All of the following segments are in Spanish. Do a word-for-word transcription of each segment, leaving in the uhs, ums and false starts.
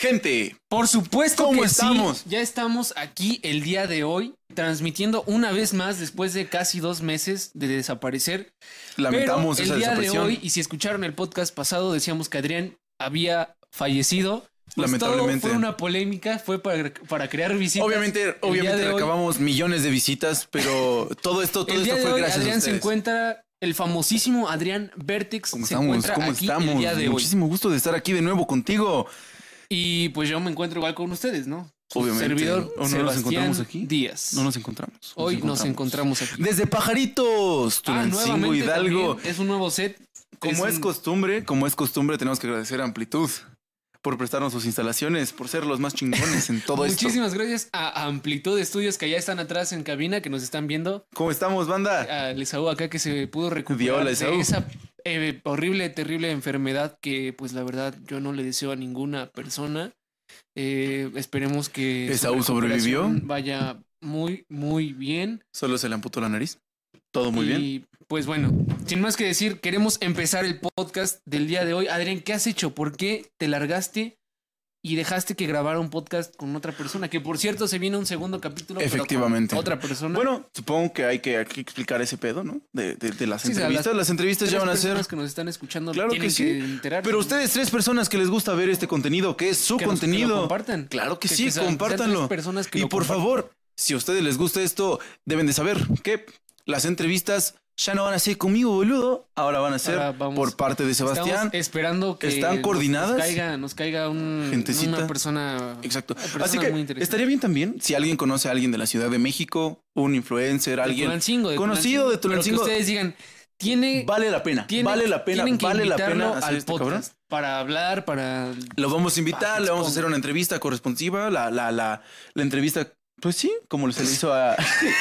Gente, por supuesto ¿cómo que estamos? Sí, ya estamos aquí el día de hoy, transmitiendo una vez más después de casi dos meses de desaparecer. Lamentamos Pero esa el día de desaparición. hoy, y si escucharon el podcast pasado, decíamos que Adrián había fallecido. Pues Lamentablemente. todo fue una polémica, fue para, para crear visitas. Obviamente, El obviamente día de hoy- recabamos millones de visitas, pero todo esto, todo el día esto de fue hoy, gracias Adrián a se ustedes. encuentra, el famosísimo Adrián Vertex ¿Cómo se estamos? encuentra ¿Cómo aquí estamos? el día de hoy. Muchísimo gusto de estar aquí de nuevo contigo. Y pues yo me encuentro igual con ustedes, ¿no? Su Obviamente. servidor, ¿O no nos Sebastián encontramos aquí? Díaz. No nos encontramos. Hoy nos encontramos aquí. Desde Pajaritos, Ah, Tulancingo, nuevamente Hidalgo. también es un nuevo set. Como es, un- costumbre, como es costumbre, tenemos que agradecer a Amplitud por prestarnos sus instalaciones, por ser los más chingones en todo esto. Muchísimas gracias a Amplitud Estudios que ya están atrás en cabina, que nos están viendo. ¿Cómo estamos, banda? A Esaú acá que se pudo recuperar Hola, de Esaú. esa eh, horrible, terrible enfermedad que pues la verdad yo no le deseo a ninguna persona. Eh, esperemos que su ¿Esaú sobrevivió? recuperación vaya muy, muy bien. Solo se le amputó la nariz. Todo muy y, bien. pues bueno, sin más que decir, queremos empezar el podcast del día de hoy. Adrián, ¿qué has hecho? ¿Por qué te largaste y dejaste que grabara un podcast con otra persona? Que por cierto se viene un segundo capítulo. pero con Efectivamente. otra persona. Bueno, supongo que hay que, hay que explicar ese pedo, ¿no? De, de- de las Sí, o sea, entrevistas. las las entrevistas ya Tres van a ser. personas que nos están escuchando Claro tienen que sí. enterarse. Pero ustedes, tres personas que les gusta ver este contenido, que es su Que nos- que contenido. lo compartan. Claro que, Que- sí, que sean- que sean compártanlo. tres personas que y lo por compartan. favor, si a ustedes les gusta esto, deben de saber que las entrevistas ya no van a ser conmigo, boludo. Ahora van a ser Ahora vamos- por parte de Sebastián. Estamos esperando que ¿Están nos- coordinadas? Nos caiga, nos caiga un, Gentecita. una persona. Exacto. una persona Así muy que interesante. estaría bien también si alguien conoce a alguien de la Ciudad de México, un influencer, De alguien Tulancingo, de conocido de Pero Tulancingo. que ustedes digan, tiene, Vale la pena, tiene- vale la pena, tienen que vale la invitarlo pena hacer al este cabrón. podcast para hablar, para. Lo vamos a invitar, Ah, le vamos a exponga. hacer una entrevista corresponsiva, la, la, la, la entrevista, pues sí, como se le hizo a, a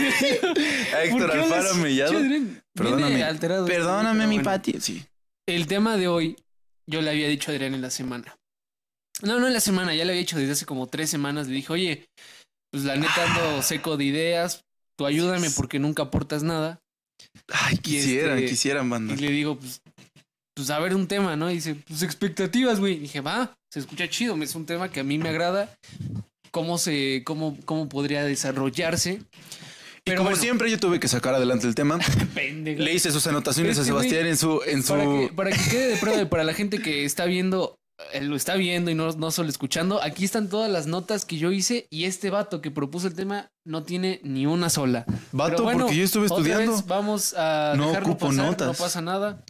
Héctor ¿Por qué Alfaro hablas? Mellado. Che, Adrián, Perdóname, viene alterado. perdóname Pero mi bueno. Pati. Sí. El tema de hoy, yo le había dicho a Adrián en la semana. No, no en la semana, ya le había dicho desde hace como tres semanas. Le dije, oye, pues la neta ando seco de ideas, tú ayúdame porque nunca aportas nada. Ay, quisieran, este, quisieran, banda. Y le digo, pues, pues a ver un tema, ¿no? Y dice, pues expectativas, güey. Y dije, va, se escucha chido, es un tema que a mí me agrada. Cómo se, cómo, cómo podría desarrollarse. Y Pero como bueno, siempre, yo tuve que sacar adelante el tema. pendejo. Le hice sus anotaciones a Este güey, Sebastián en su, en Para su. que, para que quede de prueba y para la gente que está viendo, eh, lo está viendo y no, no solo escuchando, aquí están todas las notas que yo hice y este vato que propuso el tema no tiene ni una sola. Vato, Pero bueno, porque yo estuve otra estudiando. vez vamos a No dejarlo ocupo pasar, notas. no pasa nada.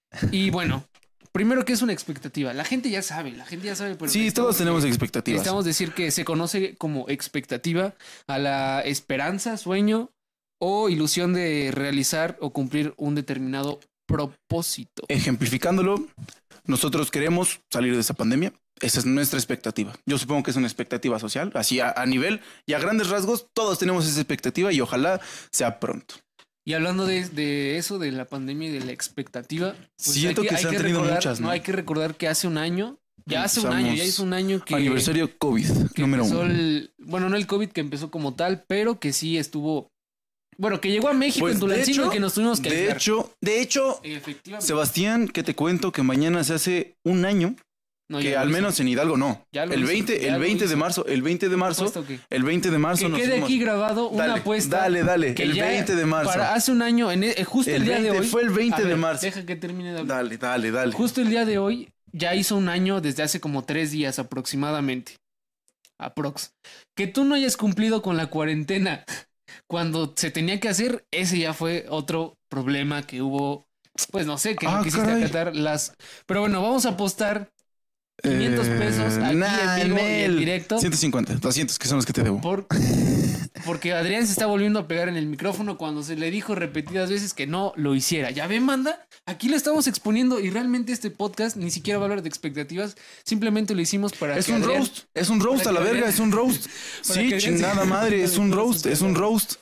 Y bueno, primero que es una expectativa. La gente ya sabe, la gente ya sabe. Pero Sí, necesitamos todos tenemos que- expectativas. Necesitamos decir que se conoce como expectativa a la esperanza, sueño o ilusión de realizar o cumplir un determinado propósito. Ejemplificándolo, nosotros queremos salir de esa pandemia. Esa es nuestra expectativa. Yo supongo que es una expectativa social. Así a, a nivel y a grandes rasgos, todos tenemos esa expectativa y ojalá sea pronto. Y hablando de, de eso, de la pandemia y de la expectativa, pues Siento que se han tenido recordar, muchas, ¿no? Hay que recordar que hace un año, ya hace un Empezamos año, ya hizo un año que, Aniversario COVID, que número empezó uno. el, bueno, no el COVID que empezó como tal, pero que sí estuvo, bueno, que llegó a México Pues, en de Tulancingo hecho, y que nos tuvimos que De aislar. hecho, de hecho, Efectivamente. Sebastián, que te cuento que mañana se hace un año, No, que ya lo al hizo. menos en Hidalgo no. Ya lo El hizo, veinte, ya el lo veinte de hizo. marzo, el veinte de marzo, ¿Apuesta o qué? el veinte de marzo Que nos quede fuimos. aquí grabado una Dale, apuesta. Dale, dale, que el ya veinte de marzo. Para hace un año, en e- justo el, El día de veinte hoy. fue el veinte A de ver, marzo. Deja que termine de hablar. Dale, dale, dale. Justo el día de hoy ya hizo un año desde hace como tres días aproximadamente. Aprox. Que tú no hayas cumplido con la cuarentena cuando se tenía que hacer, ese ya fue otro problema que hubo. Pues no sé, que Ah, no quisiste caray. acatar las. Pero bueno, vamos a apostar quinientos pesos aquí nah, en vivo y en Nel. directo. ciento cincuenta, doscientos que son los que te debo. Por, porque Adrián se está volviendo a pegar en el micrófono cuando se le dijo repetidas veces que no lo hiciera. Ya ven, manda, aquí lo estamos exponiendo y realmente este podcast ni siquiera va a hablar de expectativas. Simplemente lo hicimos para Es que un Adrián- roast, es un roast para a la que verga, Adrián- es un roast. para Sí, que Adrián se- chingada madre, es un roast, es un roast.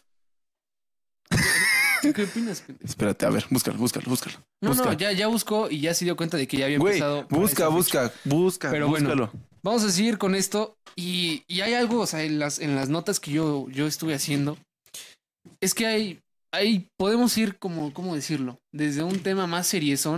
¿Tú qué opinas, pendejo? Espérate, a ver, búscalo, búscalo, búscalo. No, busca. no, ya, ya buscó y ya se dio cuenta de que ya había Güey, empezado. para busca, esa fecha. busca, busca, Pero bueno, búscalo. Vamos a seguir con esto. Y, y hay algo, o sea, en las, en las notas que yo, yo estuve haciendo, es que hay, hay, podemos ir como, ¿cómo decirlo? Desde un tema más seriezón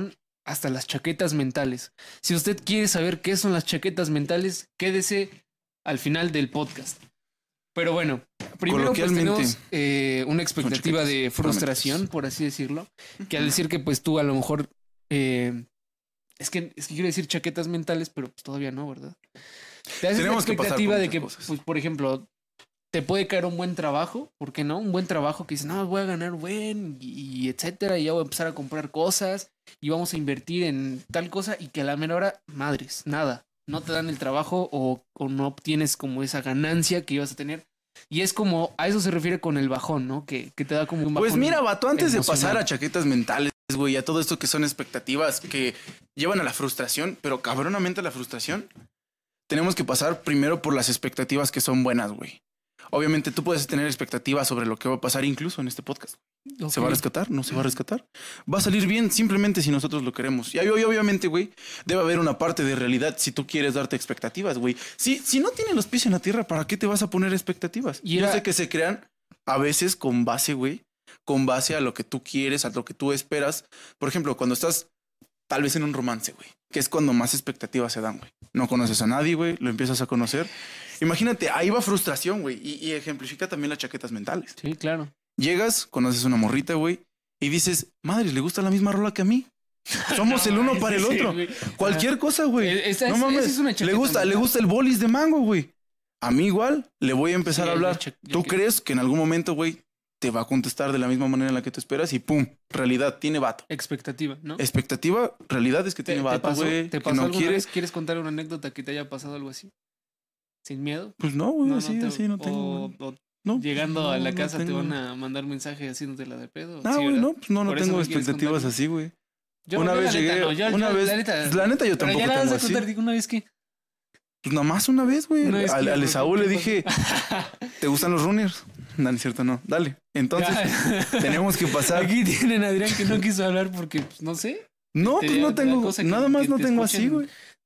hasta las chaquetas mentales. Si usted quiere saber qué son las chaquetas mentales, quédese al final del podcast. Pero bueno, primero pues tenemos eh, una expectativa de frustración, por así decirlo, que al decir que pues tú a lo mejor... Eh, es, que, es que quiero decir chaquetas mentales, pero pues todavía no, ¿verdad? Te haces la expectativa de que, cosas. pues por ejemplo, te puede caer un buen trabajo, ¿por qué no? Un buen trabajo que dices, no, voy a ganar buen y, y etcétera, y ya voy a empezar a comprar cosas y vamos a invertir en tal cosa y que a la menor hora, madres, nada. No te dan el trabajo o, o no obtienes como esa ganancia que ibas a tener. Y es como, a eso se refiere con el bajón, ¿no? Que, que te da como un bajón. Pues mira, vato, antes emocional. de pasar a chaquetas mentales, güey, a todo esto que son expectativas que llevan a la frustración, pero cabronamente a la frustración, tenemos que pasar primero por las expectativas que son buenas, güey. Obviamente tú puedes tener expectativas sobre lo que va a pasar incluso en este podcast. Okay. ¿Se va a rescatar? ¿No se va a rescatar? Va a salir bien simplemente si nosotros lo queremos. Y obviamente, güey, debe haber una parte de realidad si tú quieres darte expectativas, güey. Si, si no tienes los pies en la tierra, ¿para qué te vas a poner expectativas? Y era... Yo sé que se crean a veces con base, güey, con base a lo que tú quieres, a lo que tú esperas. Por ejemplo, cuando estás tal vez en un romance, güey, que es cuando más expectativas se dan, güey. No conoces a nadie, güey, lo empiezas a conocer. Imagínate, ahí va frustración, güey, y, y ejemplifica también las chaquetas mentales. Sí, claro. Llegas, conoces una morrita, güey, y dices, madre, le gusta la misma rola que a mí. Somos el uno para el otro. Sí, cualquier cosa, güey. Esa, no mames, es una le gusta, le gusta el bolis de mango, güey. A mí igual le voy a empezar sí, a hablar. ¿Tú crees que en algún momento, güey, te va a contestar de la misma manera en la que tú esperas? Y pum, realidad, tiene vato. Expectativa, ¿no? Expectativa, realidad es que tiene vato, güey. ¿Te pasó no alguna quiere... vez? ¿Quieres contar una anécdota que te haya pasado algo así? ¿Sin miedo? Pues no, güey, no, así, no te... así no tengo. O, o no, llegando no, a la casa no te van a mandar mensaje haciéndote la de pedo. No, güey, ¿sí, no, pues no, no tengo expectativas así, güey. Una vez llegué, no, yo, una yo, vez, la neta, la neta yo tampoco ya tengo a contar, así. ¿Una vez qué? Pues nada más una vez, güey. Al, al Esaú le dije, ¿te gustan los runners? No, no es cierto, no. Dale. Entonces, tenemos que pasar. Aquí tienen a Adrián que no quiso hablar porque, pues, no sé. No, pues no tengo, nada más no tengo así, güey.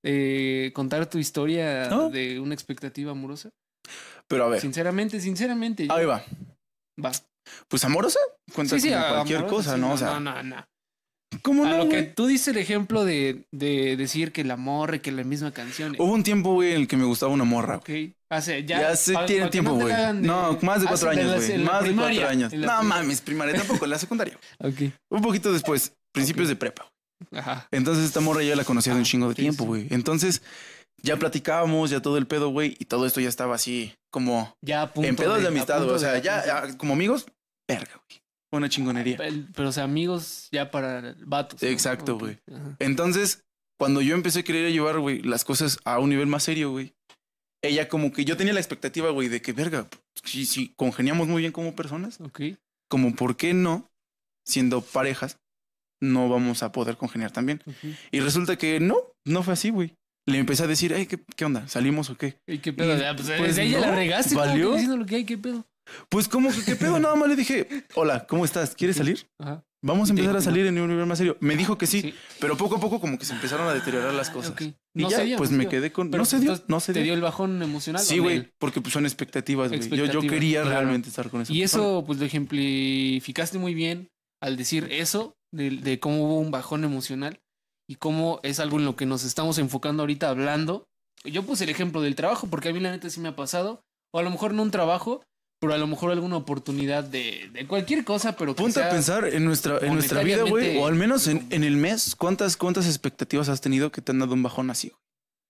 Eh, contar tu historia ¿no? de una expectativa amorosa. Pero a ver. Sinceramente, sinceramente. Ahí va. Va. Pues amorosa. Cuenta sí, sí, cualquier amorosa, cosa, sí, ¿no? No, o sea, no, no, no. ¿Cómo a no, lo güey? que tú dices el ejemplo de, de decir que la morra y que la misma canción. Hubo un tiempo, güey, en el que me gustaba una morra. Ok. Hace, ya, ya se tiene tiempo, güey. No, no, más de cuatro años, güey. Más de primaria, cuatro años. No primaria. mames, primaria tampoco, en la secundaria. Ok. Un poquito después, principios okay. de prepa. Ajá. Entonces esta morra ya la conocía de un chingo de sí, tiempo, sí. güey. Entonces ya platicábamos, ya todo el pedo, güey. Y todo esto ya estaba así como ya a punto en pedos de, de amistad, güey. O sea, de ya, ya como amigos, verga, güey. Una chingonería. Pero, pero o sea, amigos ya para vatos. ¿no? Exacto, güey. Okay. Entonces, cuando yo empecé a querer llevar, güey, las cosas a un nivel más serio, güey. Ella como que yo tenía la expectativa, güey, de que, verga, si, si congeniamos muy bien como personas. Ok. Como, ¿por qué no, siendo parejas, no vamos a poder congeniar también? Uh-huh. Y resulta que no, no fue así, güey. Le empecé a decir, ay, ¿qué, qué onda? ¿Salimos o qué? ¿Y qué pedo? Y, pues, pues ella no, la regaste. ¿Valió? ¿Cómo diciendo lo que hay? ¿Qué pedo? Pues como que, ¿qué pedo? Nada más le dije, hola, ¿cómo estás? ¿Quieres salir? Ajá. Vamos a empezar a salir en un nivel más serio. Me dijo que sí, sí, pero poco a poco como que se empezaron a deteriorar las cosas. Okay. Y no ya, se dio, pues no me se quedé con... Pero no se dio, no se dio. ¿Te dio el bajón emocional? Sí, güey, porque pues son expectativas, güey. Yo, yo quería claro. realmente estar con eso. Y eso pues lo ejemplificaste muy bien al decir eso, de, de cómo hubo un bajón emocional y cómo es algo en lo que nos estamos enfocando ahorita hablando. Yo puse el ejemplo del trabajo porque a mí la neta sí me ha pasado. O a lo mejor no un trabajo, pero a lo mejor alguna oportunidad de, de cualquier cosa, pero que Ponte sea a pensar en nuestra, en nuestra vida, güey, o al menos en, en el mes, ¿cuántas, cuántas expectativas has tenido que te han dado un bajón así, güey?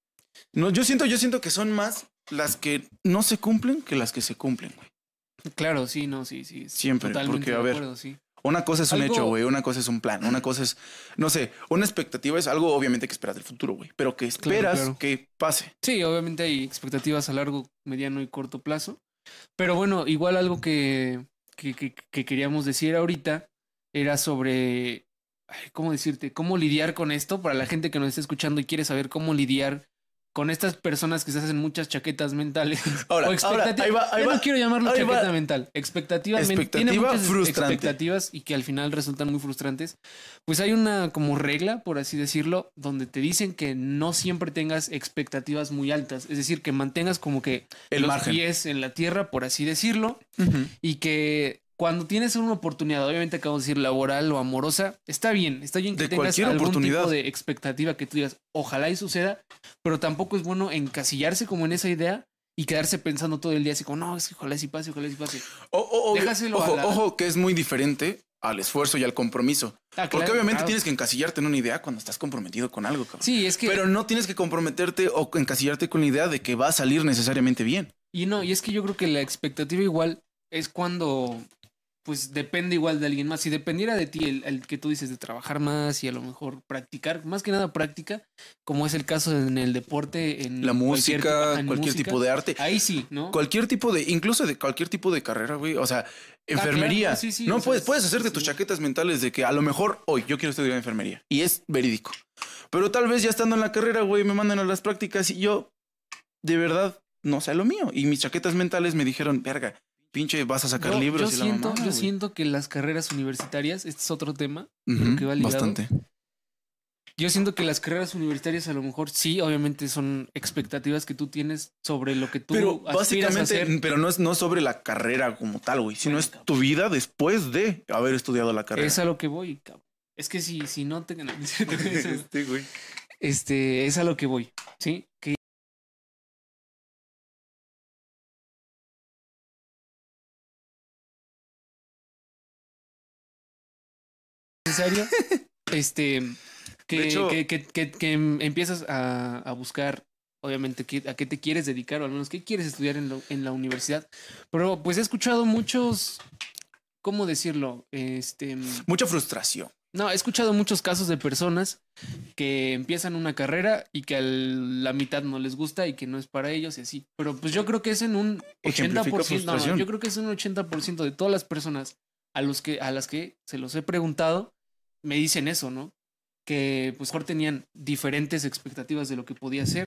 No, yo siento, yo siento que son más las que no se cumplen que las que se cumplen, güey. Claro, sí, no, sí, sí. Siempre, totalmente porque a ver, acuerdo, sí. Una cosa es un algo... hecho, güey, una cosa es un plan, una cosa es, no sé, una expectativa es algo obviamente que esperas del futuro, güey, pero que esperas claro, claro. que pase. Sí, obviamente hay expectativas a largo, mediano y corto plazo. Pero bueno, igual algo que, que, que, que queríamos decir ahorita era sobre, ¿cómo decirte? ¿Cómo lidiar con esto? Para la gente que nos está escuchando y quiere saber cómo lidiar con estas personas que se hacen muchas chaquetas mentales. Ahora, o expectativas. Ahora, ahí va, ahí Yo va, no quiero llamarlo ahí chaqueta va. mental. Expectativa, expectativa tiene muchas frustrante. expectativas y que al final resultan muy frustrantes. Pues hay una como regla, por así decirlo, donde te dicen que no siempre tengas expectativas muy altas. Es decir, que mantengas como que el los margen. pies en la tierra, por así decirlo. Uh-huh. Y que cuando tienes una oportunidad, obviamente acabo de decir laboral o amorosa, está bien, está bien que De tengas cualquier algún oportunidad. tipo de expectativa que tú digas, ojalá y suceda, pero tampoco es bueno encasillarse como en esa idea y quedarse pensando todo el día así como, no, es que ojalá sí pase, ojalá sí pase. O- o- obvio, Déjaselo ojo, a la- ojo, que es muy diferente al esfuerzo y al compromiso. Ah, Porque claro, obviamente claro. tienes que encasillarte en una idea cuando estás comprometido con algo, cabrón. Sí, es que... Pero no tienes que comprometerte o encasillarte con la idea de que va a salir necesariamente bien. Y no, y es que yo creo que la expectativa igual es cuando, pues depende igual de alguien más. Si dependiera de ti, el, el que tú dices de trabajar más y a lo mejor practicar, más que nada práctica, como es el caso en el deporte, en La cualquier música, tipo- en cualquier música, tipo de arte. ahí sí, ¿no? Cualquier tipo de, incluso de cualquier tipo de carrera, güey. O sea, enfermería. claro, sí, sí, no o sea, puedes, es- puedes hacerte sí. tus chaquetas mentales de que a lo mejor hoy yo quiero estudiar enfermería. Y es verídico. Pero tal vez ya estando en la carrera, güey, me mandan a las prácticas y yo, de verdad, no sé lo mío. Y mis chaquetas mentales me dijeron, verga, pinche, vas a sacar Yo, libros yo y la siento, mamada, yo güey". siento que las carreras universitarias, este es otro tema, Ujú, creo que va ligado. bastante. Yo siento que las carreras universitarias a lo mejor sí, obviamente son expectativas que tú tienes sobre lo que tú Pero aspiras a básicamente, hacer. pero no es no sobre la carrera como tal, güey, sino Bueno, es cabrón. tu vida después de haber estudiado la carrera. Es a lo que voy, cabrón. Es que si, si no te Este, güey. este, es a lo que voy, ¿sí? Que necesario, este, que, De hecho- que, que, que, que empiezas a, a buscar, obviamente, qué- a qué te quieres dedicar, o al menos qué quieres estudiar en, lo- en la universidad. Pero pues he escuchado muchos, ¿cómo decirlo? Este, Mucha frustración. no, he escuchado muchos casos de personas que empiezan una carrera y que a la mitad no les gusta y que no es para ellos y así. Pero pues yo creo que es en un ochenta por ciento, no, frustración. yo creo que es un ochenta por ciento de todas las personas a, los que, a las que se los he preguntado, me dicen eso, ¿no? Que pues mejor tenían diferentes expectativas de lo que podía ser.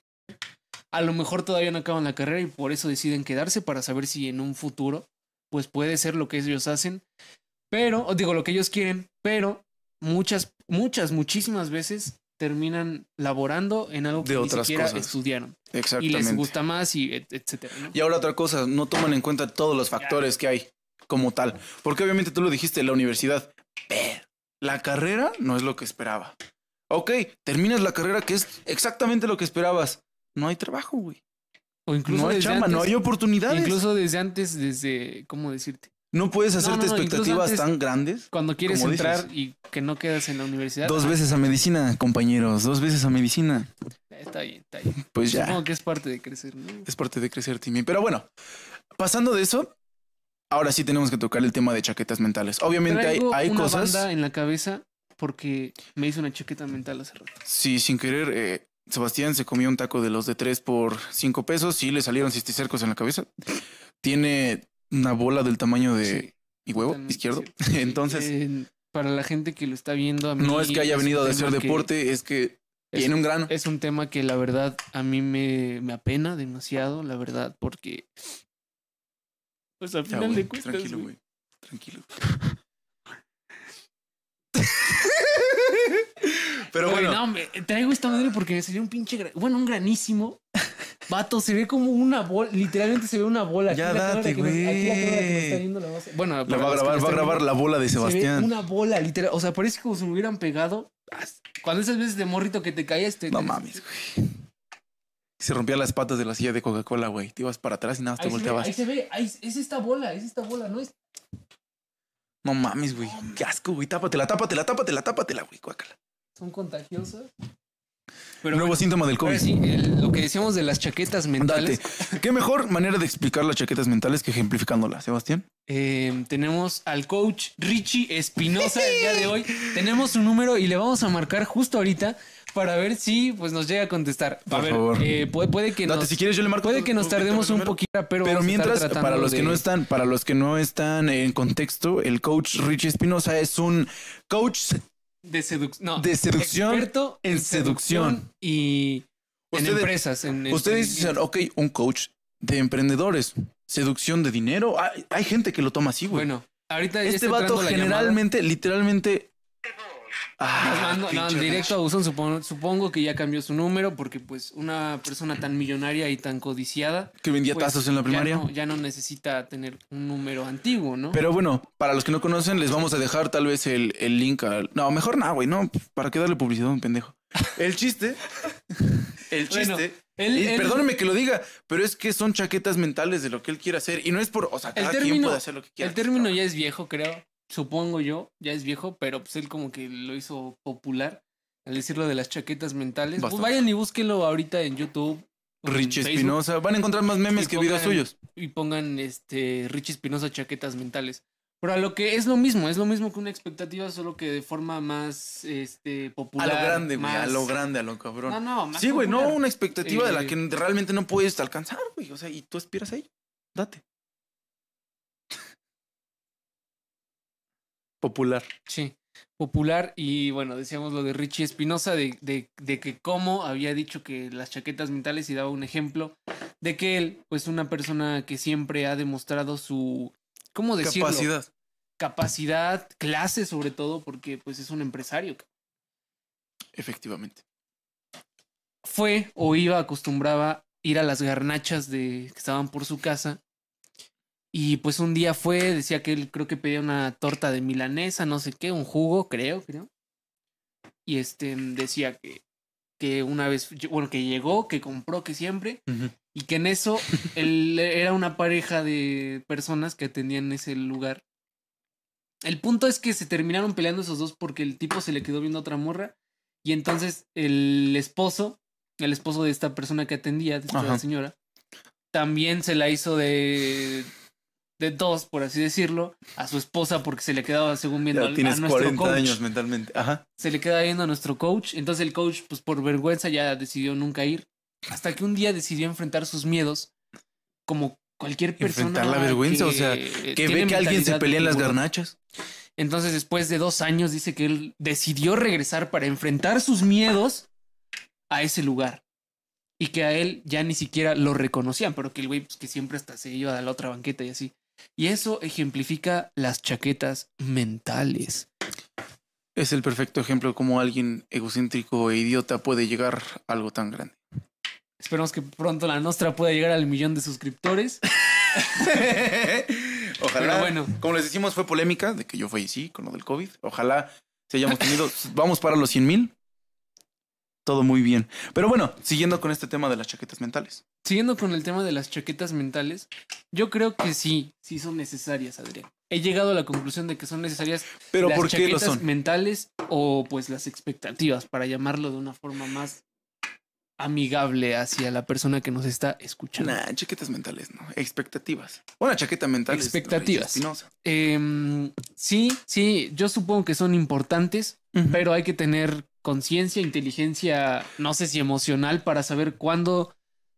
A lo mejor todavía no acaban la carrera y por eso deciden quedarse para saber si en un futuro pues puede ser lo que ellos hacen. Pero, o digo, lo que ellos quieren, pero muchas, muchas, muchísimas veces terminan laborando en algo que De ni otras siquiera cosas. estudiaron. Y Exactamente. les gusta más y et- etcétera, ¿no? Y ahora otra cosa, no toman en cuenta todos los factores que hay como tal. Porque obviamente tú lo dijiste, la universidad. Pero la carrera no es lo que esperaba. Ok, terminas la carrera que es exactamente lo que esperabas. No hay trabajo, güey. O incluso No hay desde chamba, no antes- hay oportunidades. Incluso desde antes, desde, ¿cómo decirte? no puedes No, hacerte no, no, incluso expectativas antes- tan grandes. Cuando quieres Como entrar dices. y que no quedas en la universidad. Dos ah, veces a medicina, compañeros. Dos veces a medicina. Está bien, está bien. Pues ya. Supongo que es parte de crecer, ¿no? Es parte de crecer, Timmy. Pero bueno, pasando de eso, ahora sí tenemos que tocar el tema de chaquetas mentales. Obviamente hay, Traigo hay una cosas. banda en la cabeza porque me hizo una chaqueta mental hace rato. Sí, sin querer, eh, Sebastián se comió un taco de los de tres por cinco pesos. Sí, le salieron cisticercos en la cabeza. Tiene una bola del tamaño de Sí, mi huevo totalmente izquierdo. cierto. Sí, Entonces, eh, para la gente que lo está viendo, a mí no es que haya un venido a hacer tema que- deporte, es que es- tiene un grano. Es un tema que la verdad a mí me, me apena demasiado, la verdad, porque. Pues al Ya, final güey, de cuentas. tranquilo, güey. güey. Tranquilo. Pero Oye, bueno, no, me, traigo esta madre porque me salió un pinche. gra- Bueno, un granísimo. Vato, se ve como una bola. Literalmente se ve una bola. Ya Aquí la cámara date, que nos- aquí la cámara que nos güey. está viendo la va a- Bueno, la para va a los que grabar, nos va a están grabar viendo, la bola de se ve Sebastián. una bola, literal. O sea, parece como si me hubieran pegado. Cuando esas veces de morrito que te caías, te. No te- mames, güey. Se rompían las patas de la silla de Coca-Cola, güey. Te ibas para atrás y nada más te Ahí se, ve, volteabas. ahí se ve, ahí, es esta bola, es esta bola, ¿no? Es, No mames, güey. Qué asco, güey. Tápatela, tápatela, tápatela, tápatela, güey. Guácala. son contagiosas. Pero Nuevo bueno, síntoma del ahora COVID. sí, el- lo que decíamos de las chaquetas mentales. Date. ¿Qué mejor manera de explicar las chaquetas mentales que ejemplificándolas, Sebastián? Eh, tenemos al coach Richie Espinosa el día de hoy. Tenemos su número y le vamos a marcar justo ahorita para ver si pues nos llega a contestar. A Por ver, favor. eh, puede, puede que Date, nos, si quieres yo le marco. puede tu- que nos tu- tardemos tu un número. poquito, pero, Pero vamos a estar mientras, tratando para los que de- no están, para los que no están en contexto, el coach Richie Espinosa es un coach de, seduc- no, de seducción experto en seducción. y en Ustedes- empresas. En, en- Ustedes en- dicen, ok, un coach de emprendedores, seducción de dinero. Hay, hay gente que lo toma así, güey. Bueno, ahorita ya Este está vato entrando la llamada. generalmente, literalmente Ah, Nos mandó- no, pinche directo a Dash. buzón, supongo, supongo que ya cambió su número porque pues una persona tan millonaria y tan codiciada Que vendía pues, tazos en la primaria. Ya no, ya no necesita tener un número antiguo, ¿no? Pero bueno, para los que no conocen, les vamos a dejar tal vez el, el link al... No, mejor no, güey, no. ¿Para qué darle publicidad a un pendejo? El chiste... El chiste... Bueno, él- y él- perdóneme que lo diga, pero es que son chaquetas mentales de lo que él quiere hacer. Y no es por... O sea, el cada quien término, puede hacer lo que quiera. el término ya es viejo, creo. Supongo yo, ya es viejo, pero pues él como que lo hizo popular al decirlo de las chaquetas mentales. Pues Bastante. vayan y búsquenlo ahorita en YouTube. o en Richie Facebook, Espinosa. Van a encontrar más memes y que videos pongan- suyos. Y pongan este Richie Espinosa chaquetas mentales. Pero a lo que es lo mismo, es lo mismo que una expectativa, solo que de forma más este A popular. lo grande, güey. más... A lo grande, a lo cabrón. No, no, más Sí, güey, no popular. una expectativa de la Eh, que realmente no puedes alcanzar, güey. O sea, y tú aspiras a ello. Date. Popular. Sí, popular. Y bueno, decíamos lo de Richie Espinosa, de, de, de que cómo había dicho que las chaquetas mentales y daba un ejemplo de que él, pues una persona que siempre ha demostrado su, ¿cómo decirlo? Capacidad. Capacidad, clase sobre todo, porque pues es un empresario. Efectivamente. Fue o iba, acostumbraba ir a las garnachas de que estaban por su casa. Y pues un día fue, decía que él creo que pedía una torta de milanesa, no sé qué, un jugo, creo, creo. Y este decía que, que una vez, bueno, que llegó, que compró, que siempre, Ujú. y que en eso él era una pareja de personas que atendían ese lugar. El punto es que se terminaron peleando esos dos porque el tipo se le quedó viendo a otra morra. Y entonces el esposo, el esposo de esta persona que atendía, de esta Ajá. señora, también se la hizo de, de dos, por así decirlo, a su esposa porque se le quedaba según viendo Ya al- a tienes nuestro cuarenta coach. años mentalmente. Ajá. Se le queda viendo a nuestro coach. Entonces el coach, pues por vergüenza, ya decidió nunca ir. Hasta que un día decidió enfrentar sus miedos como cualquier persona. Enfrentar la vergüenza, o sea, Que tiene ve que alguien se mentalidad de pelea en las tiburón. garnachas. Entonces, después de dos años, dice que él decidió regresar para enfrentar sus miedos a ese lugar. Y que a él ya ni siquiera lo reconocían, pero que el güey, pues que siempre hasta se iba a la otra banqueta y así. Y eso ejemplifica las chaquetas mentales. Es el perfecto ejemplo de cómo alguien egocéntrico e idiota puede llegar a algo tan grande. Esperamos que pronto la Nostra pueda llegar al millón de suscriptores. Ojalá. Pero bueno. Como les decimos, fue polémica de que yo fallecí con lo del COVID. Ojalá se hayamos tenido. Vamos para los cien mil. Todo muy bien. Pero bueno, siguiendo con este tema de las chaquetas mentales. Siguiendo con el tema de las chaquetas mentales, yo creo que sí, sí son necesarias, Adrián. He llegado a la conclusión de que son necesarias Pero las ¿por qué lo chaquetas son? mentales o pues las expectativas, para llamarlo de una forma más amigable hacia la persona que nos está escuchando. Nah, chaquetas mentales, no. Expectativas. Una chaqueta mental. Expectativas. Es Espinosa. Em, sí, sí, yo supongo que son importantes, pero hay que tener conciencia, inteligencia, no sé si emocional, para saber cuándo,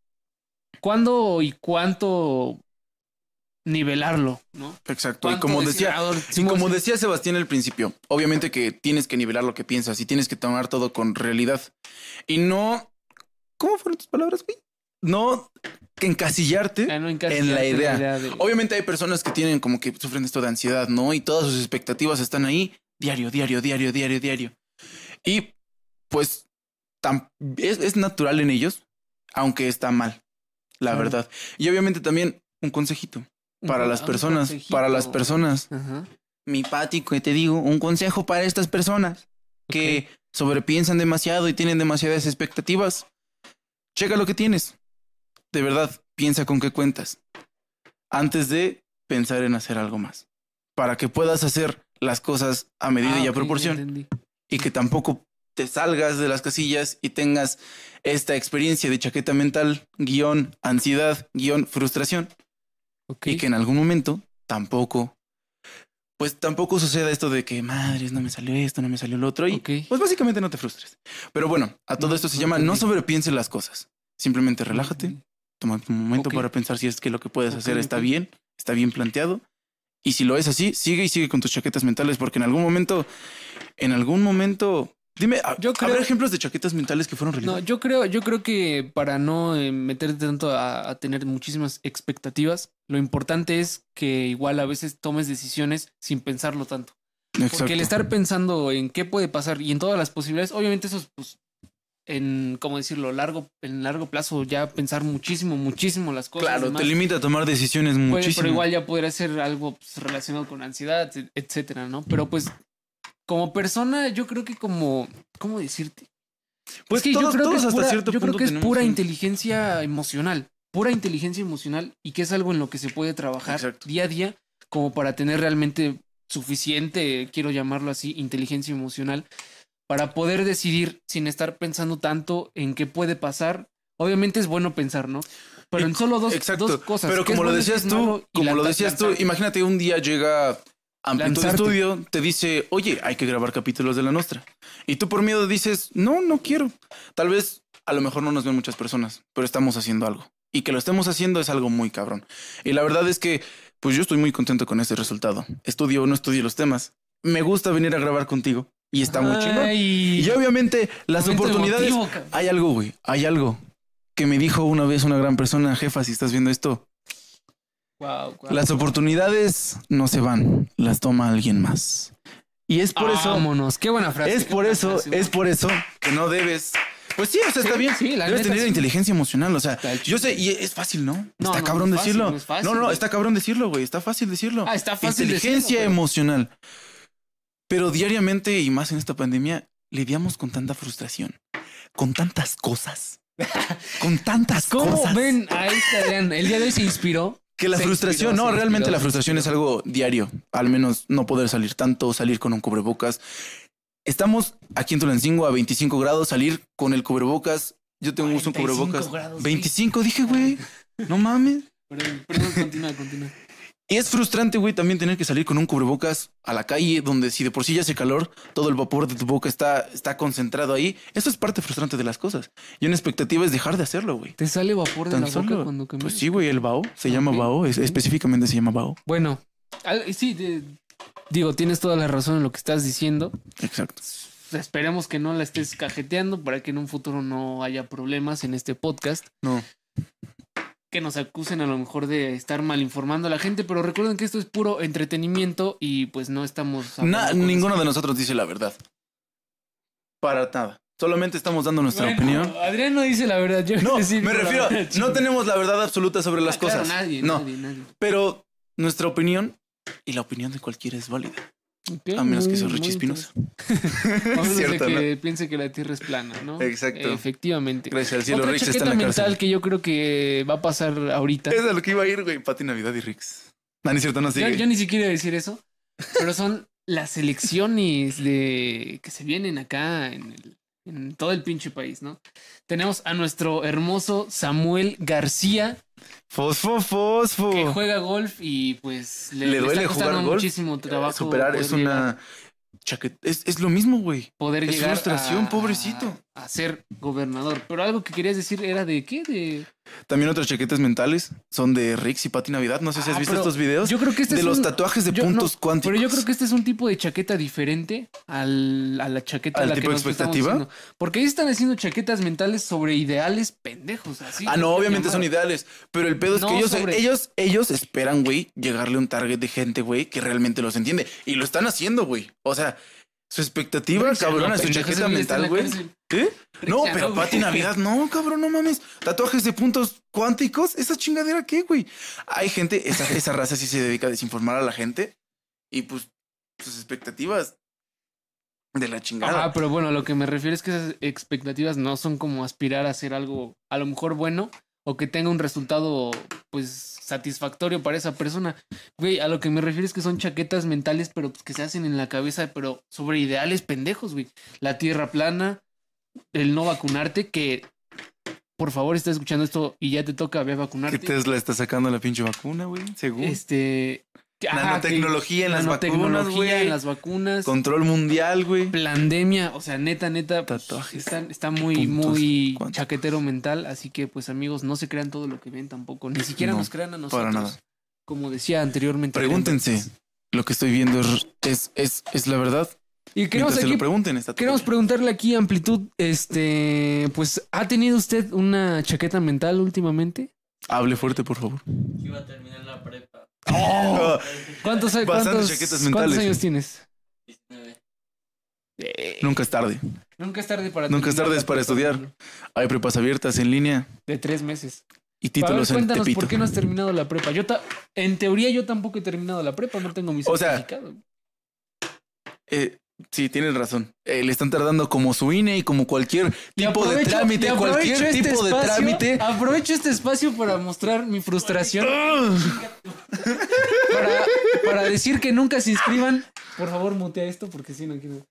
cuándo y cuánto nivelarlo, ¿no? Exacto. Y ¿Cuánto como decir, decía, "Ah, y sí, como sí"? decía Sebastián al principio, obviamente que tienes que nivelar lo que piensas y tienes que tomar todo con realidad. Y no. ¿Cómo fueron tus palabras, güey? No encasillarte Ah, no en encasillarte la idea. de- Obviamente hay personas que tienen como que sufren esto de ansiedad, ¿no? Y todas sus expectativas están ahí diario, diario, diario, diario, diario. Y pues tam- es, es natural en ellos, aunque está mal, la Claro. verdad. Y obviamente también un consejito un para con- las un personas, consejito. para las personas. Ajá. Mi Pati, que te digo, un consejo para estas personas que Ok. sobrepiensan demasiado y tienen demasiadas expectativas. Checa lo que tienes. De verdad, piensa con qué cuentas. Antes de pensar en hacer algo más. Para que puedas hacer las cosas a medida Ah, y a ok, proporción. ya entendí. Y que tampoco te salgas de las casillas y tengas esta experiencia de chaqueta mental, guión, ansiedad, guión, frustración. Ok. Y que en algún momento tampoco, pues tampoco suceda esto de que, madres, no me salió esto, no me salió lo otro. Y Ok. pues básicamente no te frustres. Pero bueno, a todo No, esto se no llama no entendí. sobrepienses las cosas. Simplemente relájate, toma un momento Ok. para pensar si es que lo que puedes Ok, hacer está ok. bien, está bien planteado. Y si lo es así, sigue y sigue con tus chaquetas mentales, porque en algún momento, en algún momento, dime, Yo creo- ¿habrá ejemplos de chaquetas mentales que fueron realidad? No, yo creo, yo creo que para no eh, meterte tanto a, a tener muchísimas expectativas, lo importante es que igual a veces tomes decisiones sin pensarlo tanto. Exacto. Porque el estar pensando en qué puede pasar y en todas las posibilidades, obviamente eso es, pues, en, ¿cómo decirlo? Largo, en largo plazo ya pensar muchísimo, muchísimo las cosas. Claro, demás. te limita a tomar decisiones Puede, muchísimo. pero igual ya podría ser algo pues, relacionado con ansiedad, etcétera, ¿no? Pero pues, como persona, yo creo que como, ¿cómo decirte? Pues es que todos, yo creo todos que es hasta pura, cierto yo punto creo que es tenemos pura un- inteligencia emocional, pura inteligencia emocional y que es algo en lo que se puede trabajar Exacto. día a día como para tener realmente suficiente, quiero llamarlo así, inteligencia emocional para poder decidir sin estar pensando tanto en qué puede pasar. Obviamente es bueno pensar, ¿no? Pero en solo dos, Exacto. dos cosas. Pero qué es como lo bueno y qué decías es tú, malo, y como lo lanza- decías tú, lanzarte. imagínate un día llega Amplitud Lanzarte. Estudio, te dice, oye, hay que grabar capítulos de La Nostra. Y tú por miedo dices, no, no quiero. Tal vez a lo mejor no nos ven muchas personas, pero estamos haciendo algo. Y que lo estemos haciendo es algo muy cabrón. Y la verdad es que, pues yo estoy muy contento con ese resultado. Estudio o no estudio los temas. Me gusta venir a grabar contigo. Y está muy chingón. Ay, Y obviamente las momento oportunidades... emotivo, cabrón. Hay algo, güey. Hay algo que me dijo una vez una gran persona, jefa, si estás viendo esto. Guau, guau. Las oportunidades no se van, las toma alguien más. Y es por eso, Vámonos, qué buena frase. es qué por buena eso, frase, es por eso que no debes. Pues sí, o sea, Sí, está bien. sí, la Debes neta, tener sí. inteligencia emocional, o sea, Está yo sé, y es fácil, ¿no? No, está no, cabrón no es fácil, decirlo. no es fácil, no, no, güey. está cabrón decirlo, güey. Está fácil decirlo. Ah, está fácil Inteligencia decirlo, pero- emocional. Pero diariamente y más en esta pandemia, lidiamos con tanta frustración, con tantas cosas, con tantas ¿Cómo cosas. ven a este Adrián? El día de hoy se inspiró. Que la Se frustración, inspiró, no, se realmente inspiró, la se frustración es inspiró. algo diario. Al menos no poder salir tanto, salir con un cubrebocas. Estamos aquí en Tulancingo a veinticinco grados, salir con el cubrebocas. Yo tengo uso un cuarenta y cinco cubrebocas. grados, veinticinco, dije, güey. No mames. Perdón, perdón, continúa, continúa. Y es frustrante, güey, también tener que salir con un cubrebocas a la calle, donde si de por sí ya hace calor, todo el vapor de tu boca está, está concentrado ahí. Eso es parte frustrante de las cosas. Y una expectativa es dejar de hacerlo, güey. ¿Te sale vapor de Tan la boca solo. cuando caminas? Pues sí, güey, el bao. Se llama Ok, bao. es- ok. específicamente se llama bao. Bueno, al- sí, de- digo, tienes toda la razón en lo que estás diciendo. Exacto. Esperemos que no la estés cajeteando para que en un futuro no haya problemas en este podcast. No. Que nos acusen a lo mejor de estar mal informando a la gente, pero recuerden que esto es puro entretenimiento y pues no estamos... Na- hablando con ninguno eso. de nosotros dice la verdad. Para nada. Solamente estamos dando nuestra Bueno, opinión. Adrián no dice la verdad. Yo No, sí me digo la refiero, verdad, no chico. tenemos la verdad absoluta sobre las Ah, claro, cosas. nadie, no, nadie, nadie. pero nuestra opinión y la opinión de cualquiera es válida. Ok, A menos que muy- sea muy Richie Espinosa. interesante. A menos de Cierto, que piense que la Tierra es plana, ¿no? Exacto. Efectivamente. Gracias al cielo, Otra Rix está chaqueta en la mental cárcel. que yo creo que va a pasar ahorita. Es a lo que iba a ir, güey. Pati Navidad y Rix. No, no es cierto, no Yo, sigue. yo ni siquiera iba a decir eso, pero son las elecciones de que se vienen acá en, el- en todo el pinche país, ¿no? Tenemos a nuestro hermoso Samuel García, Fosfo, fosfo. que juega golf y pues le, Le le duele está costando jugar golf. muchísimo trabajo Superar poder es una llegar- chaqueta. Es, es lo mismo, güey. poder es llegar frustración, a- pobrecito. a ser gobernador. Pero algo que querías decir era de qué, de También otras chaquetas mentales son de Rix y Pati Navidad. No sé si has Ah, visto pero estos videos. yo creo que este de es los un- tatuajes de yo- puntos no, cuánticos. Pero yo creo que este es un tipo de chaqueta diferente al, a la chaqueta ¿Al a la tipo que de nos estamos expectativa? haciendo. Porque ahí están haciendo chaquetas mentales sobre ideales pendejos. Así Ah, no, lo obviamente llaman. son ideales. Pero el pedo es No, que ellos, sobre- ellos, ellos esperan, güey, llegarle a un target de gente, güey, que realmente los entiende. Y lo están haciendo, güey. O sea, su expectativa, Güey, cabrona, no, su pendejo, ese chaqueta güey está en mental, la güey. cárcel. ¿Eh? No, Ya pero no, Pati güey. Navidad, no, cabrón, no mames. Tatuajes de puntos cuánticos, esa chingadera, ¿qué, güey? Hay gente, esa, esa raza sí se dedica a desinformar a la gente. Y pues, sus expectativas de la chingada. Ah, pero bueno, a lo que me refiero es que esas expectativas no son como aspirar a hacer algo a lo mejor bueno o que tenga un resultado pues satisfactorio para esa persona. Güey, a lo que me refiero es que son chaquetas mentales, pero pues, que se hacen en la cabeza, pero sobre ideales pendejos, güey. La tierra plana, el no vacunarte, que por favor estás escuchando esto y ya te toca ver ¿Qué vacunarte. Tesla está sacando la pinche vacuna, güey? Según. Este... que- ajá, Nanotecnología que- en las vacunas, nanotecnología güey. en las vacunas. Control mundial, güey. Pandemia, o sea, neta, neta, pues, Tatuajes, está, está muy, puntos muy cuánticos. chaquetero mental, así que pues amigos, no se crean todo lo que ven tampoco, ni siquiera No, nos crean a nosotros. para nada. Como decía anteriormente. Pregúntense. Lo que estoy viendo es, es, es, es la verdad. Y queremos, Mientras se aquí, lo pregunten, está todo queremos bien. preguntarle aquí a Amplitud, este, pues, ¿ha tenido usted una chaqueta mental últimamente? Hable fuerte, por favor. Iba a terminar la prepa. ¿Cuántos, Bastantes cuántos, chaquetas ¿cuántos mentales. años tienes? Eh, Nunca es tarde. Nunca es tarde para Nunca es terminar tarde la para prepa, estudiar. hermano. Hay prepas abiertas en línea De tres meses. y A ver, títulos en cuéntanos, Tepito. ¿por qué no has terminado la prepa? Yo ta- en teoría yo tampoco he terminado la prepa, no tengo mi O sea, certificado. Eh, sí, tienes razón. Eh, le están tardando como su I N E y como cualquier Y tipo de aprovecho- y trámite, aprovecho cualquier este tipo de espacio- trámite. Aprovecho este espacio para mostrar mi frustración. ¡Ugh! para, para decir que nunca se inscriban. Por favor, mutea esto porque si no quiero.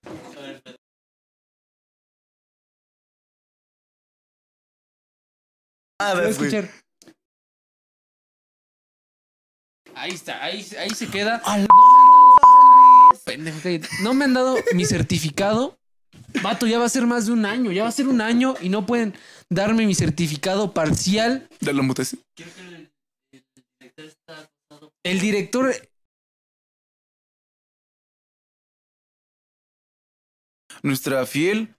Nada, Voy a güey. escuchar. Ahí está, ahí, ahí se queda. A la- Pendejo, cállate. No me han dado mi certificado. Vato, ya va a ser más de un año. Ya va a ser un año y no pueden darme mi certificado parcial. Ya lo muteé. El director. Nuestra fiel.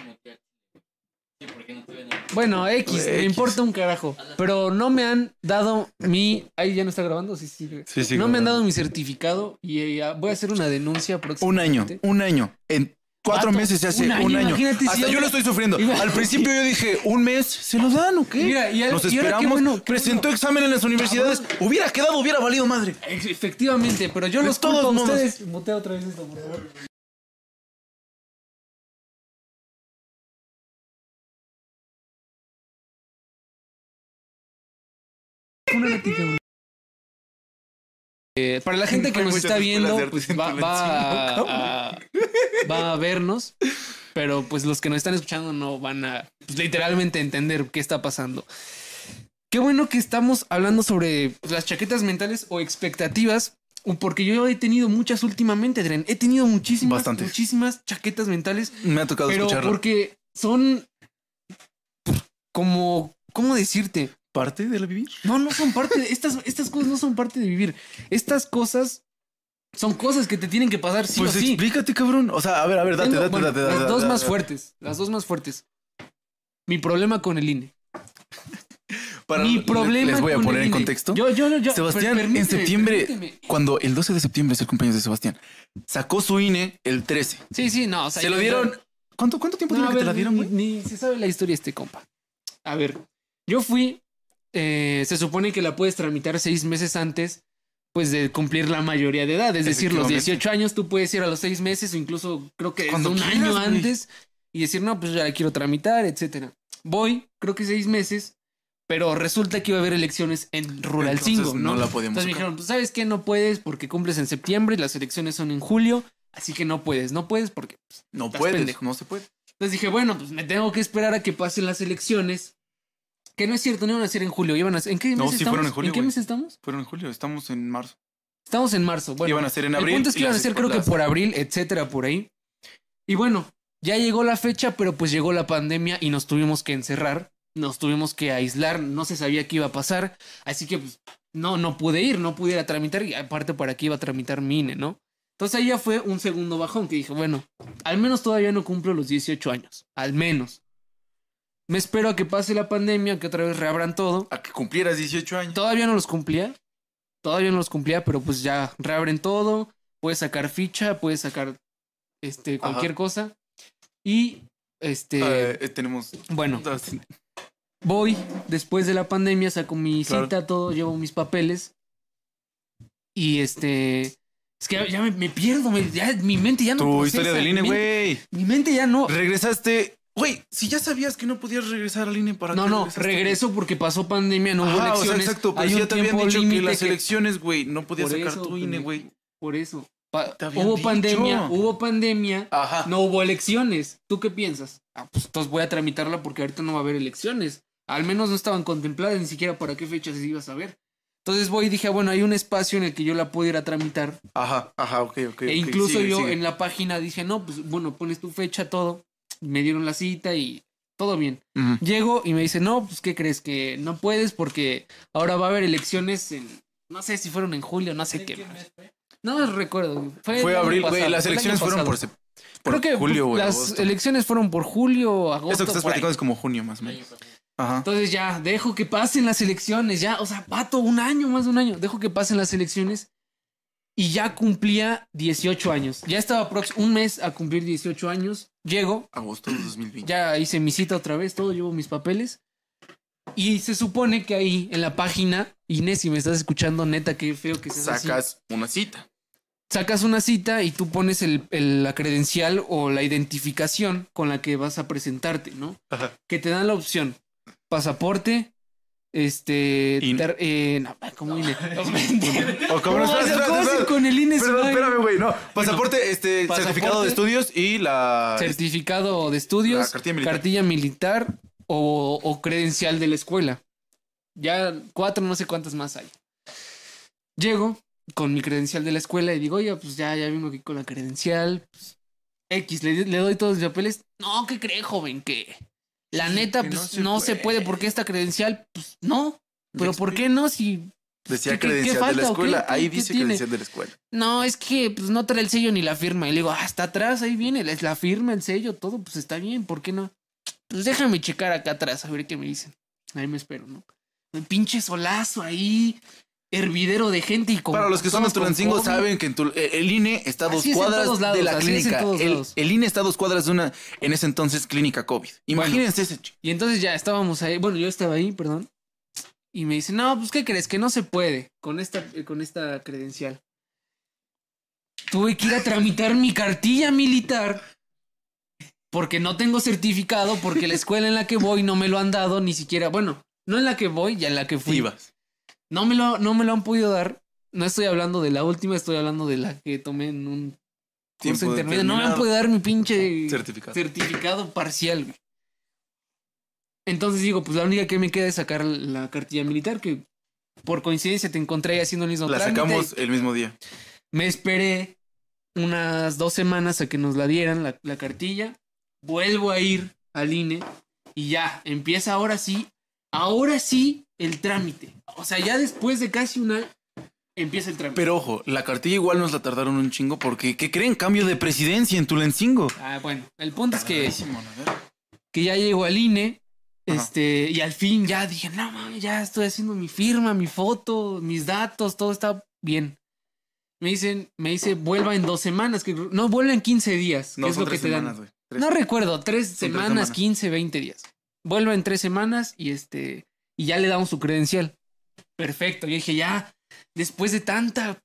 Bueno, X, me X. importa un carajo. Pero no me han dado mi. Ahí ya no está grabando. Sí, sí. Sí, sí, no me han grabando. dado mi certificado y eh, ya voy a hacer una denuncia Un próximamente. año, un año. En cuatro Vato, meses se hace un un año, año. imagínate si Hasta yo- yo lo estoy sufriendo. Iba- Al principio yo dije, ¿un mes? ¿Se lo dan o qué? Mira, y al- Nos y ahora qué esperamos. bueno, qué Presentó bueno. examen en las universidades. Hubiera quedado, hubiera valido madre. Ex- Efectivamente, pero yo De los todos culpo a modos. ustedes. Mutea otra vez esto, por favor. Una noticia, güey. Eh, para la gente que Hay nos muchas está escuelas viendo, de artes pues en va, Tulancingo, va cabrón. a, va a vernos, pero pues los que nos están escuchando no van a pues, literalmente entender qué está pasando. Qué bueno que estamos hablando sobre pues, las chaquetas mentales o expectativas, porque yo he tenido muchas últimamente, Dren. He tenido muchísimas, Bastantes. muchísimas chaquetas mentales, Me ha tocado pero escucharlo. porque son pues, como, ¿cómo decirte? ¿Parte de la vivir? No, no son parte de estas, estas cosas no son parte de vivir. Estas cosas son cosas que te tienen que pasar sí Pues o sí. explícate, cabrón. O sea, a ver, a ver, date, Tengo- date, bueno, date, date. las date, dos date, más date. fuertes, las dos más fuertes. Mi problema con el I N E. Para- Mi le- problema Les voy a con poner el en I N E. contexto. Yo, yo, yo, Sebastián, per- en permíteme, septiembre, permíteme. cuando el doce de septiembre es el cumpleaños de Sebastián, sacó su I N E el trece. Sí, sí, no. O sea, Se yo- lo dieron. ¿Cuánto, cuánto tiempo No, tiene a que ver, te la dieron, ni, güey? ni se sabe la historia este compa. A ver, yo fui. eh, se supone que la puedes tramitar seis meses antes, pues de cumplir la mayoría de edad. Es decir, los Efectivamente. dieciocho años tú puedes ir a los seis meses o incluso creo que desde Cuando un quieras, año güey. antes y decir, no, pues ya la quiero tramitar, etcétera. Voy, creo que seis meses, pero resulta que iba a haber elecciones en Ruralcingo, Entonces, ¿no? no la podíamos Entonces me sacar. dijeron, pues sabes qué, no puedes porque cumples en septiembre y las elecciones son en julio, así que no puedes, no puedes porque pues, No estás puedes, pendejo. no se puede. entonces dije, bueno, pues me tengo que esperar a que pasen las elecciones. Que no es cierto, no iban a ser en julio, iban a ser... ¿En qué mes No, sí estamos? fueron en julio, qué güey. mes estamos? Fueron en julio, estamos en marzo. Estamos en marzo. Bueno, Iban a ser en el abril. punto es que y iban a las ser creo que escuelas- por abril, etcétera, por ahí. Y bueno, ya llegó la fecha, pero pues llegó la pandemia y nos tuvimos que encerrar, nos tuvimos que aislar, no se sabía qué iba a pasar, así que pues no, no pude ir, no pude ir a tramitar y aparte para qué iba a tramitar mi I N E, ¿no? Entonces ahí ya fue un segundo bajón que dije, bueno, al menos todavía no cumplo los dieciocho años, al menos. Me espero a que pase la pandemia, que otra vez reabran todo. A que cumplieras dieciocho años. Todavía no los cumplía. Todavía no los cumplía, pero pues ya reabren todo. Puedes sacar ficha, puedes sacar este, cualquier Ajá. cosa. Y este. Eh, eh, tenemos. bueno, voy después de la pandemia, saco mi Claro. cita, todo, llevo mis papeles. Y este. Es que ya, ya me, me pierdo, me- ya, mi mente ya no. Tu procesa, historia del I N E, mi mente- güey. Mi mente ya no. Regresaste. Güey, si ya sabías que no podías regresar al I N E para No, qué no, regresaste? regreso porque pasó pandemia, no hubo Ajá, o sea, elecciones. exacto, pero hay si un ya te habían tiempo dicho que límite las que- elecciones, güey, no podías Por sacar eso, tu I N E, pendejo. güey. Por eso. Pa- Te habían hubo dicho. pandemia, hubo pandemia, Ajá. no hubo elecciones. ¿Tú qué piensas? Ah, pues entonces voy a tramitarla porque ahorita no va a haber elecciones. Al menos no estaban contempladas ni siquiera para qué fecha se iba a saber. Entonces voy y dije, ah, bueno, hay un espacio en el que yo la puedo ir a tramitar. Ajá, ajá, ok, ok. e ok, incluso sigue, yo sigue. en la página dije, no, pues bueno, pones tu fecha, todo. Me dieron la cita y todo bien. Ujú. Llego y me dice, no, pues ¿qué crees? Que no puedes porque ahora va a haber elecciones en... No sé si fueron en julio, no sé qué. No recuerdo. Fue, Fue el año abril, güey. pasado, Las fue el elecciones año fueron por, pasado. sep- por Creo que julio, güey. las agosto. elecciones fueron por julio, agosto. Eso que estás por ahí. platicando es como junio, más o menos. Ajá. Entonces ya, dejo que pasen las elecciones, ya, o sea, pato, un año, más de un año, dejo que pasen las elecciones y ya cumplía dieciocho años. Ya estaba próximo, un mes a cumplir dieciocho años. Llego. Agosto de dos mil veinte. Ya hice mi cita otra vez, todo, llevo mis papeles. Y se supone que ahí en la página, Inés, si me estás escuchando, neta, qué feo que seas Sacas así. una cita. Sacas una cita y tú pones el, el, la credencial o la identificación con la que vas a presentarte, ¿no? Ajá. Que te dan la opción. Pasaporte, este... Ter, eh, no, ¿cómo INE? O como no, espera, espera, ¿Cómo espera, se con el INE? Perdón, espérame, güey, no. Pasaporte, Bueno, este, pasaporte, certificado de estudios y la... Certificado de estudios, la cartilla militar, cartilla militar o, o credencial de la escuela. Ya cuatro, no sé cuántas más hay. Llego con mi credencial de la escuela y digo, oye, pues ya, ya vengo aquí con la credencial. Pues, X, le, le doy todos los papeles. No, ¿qué cree, joven? Que la neta, que pues no, se, no puede. se puede porque esta credencial, pues no. Pero ¿por qué no? Si decía ¿qué, credencial qué falta, de la escuela. qué, Ahí qué dice tiene? credencial de la escuela. No, es que pues no trae el sello ni la firma. Y le digo, ah, está atrás, ahí viene, es la firma, el sello, todo, pues está bien, ¿por qué no? Pues déjame checar acá atrás, a ver qué me dicen. Ahí me espero, ¿no? Un pinche solazo ahí, hervidero de gente y con... Para los que son de Tulancingo saben que en tu, el I N E está a dos cuadras lados, de la clínica. El, el I N E está a dos cuadras de una, en ese entonces, clínica COVID. Imagínense bueno, ese chico. Y entonces ya estábamos ahí, bueno, yo estaba ahí, perdón. Y me dice, no, pues ¿qué crees? Que no se puede con esta, con esta credencial. Tuve que ir a tramitar mi cartilla militar porque no tengo certificado, porque la escuela en la que voy no me lo han dado, ni siquiera, bueno, no en la que voy, ya en la que fui. Ibas. No me lo, no me lo han podido dar. No estoy hablando de la última, estoy hablando de la que tomé en un curso intermedio. No me han podido dar mi pinche certificado, certificado parcial, güey. Entonces digo, pues la única que me queda es sacar la cartilla militar, que por coincidencia te encontré ahí haciendo el mismo trámite. La sacamos el mismo día. Me esperé unas dos semanas a que nos la dieran, la, la cartilla. Vuelvo a ir al I N E y ya, empieza ahora sí, ahora sí el trámite. O sea, ya después de casi un año empieza el trámite. Pero ojo, la cartilla igual nos la tardaron un chingo porque, ¿qué creen? Cambio de presidencia en Tulancingo. Ah, bueno, el punto es que, que ya llego al I N E. Este, y al fin ya dije, no mames, ya estoy haciendo mi firma, mi foto, mis datos, todo está bien. Me dicen, me dice, vuelva en dos semanas, que no, vuelva en quince días, que no, es lo que te semanas, dan. No recuerdo, tres semanas, tres semanas, quince, veinte días. Vuelva en tres semanas y este, y ya le damos su credencial. Perfecto. Yo dije, ya, después de tanta,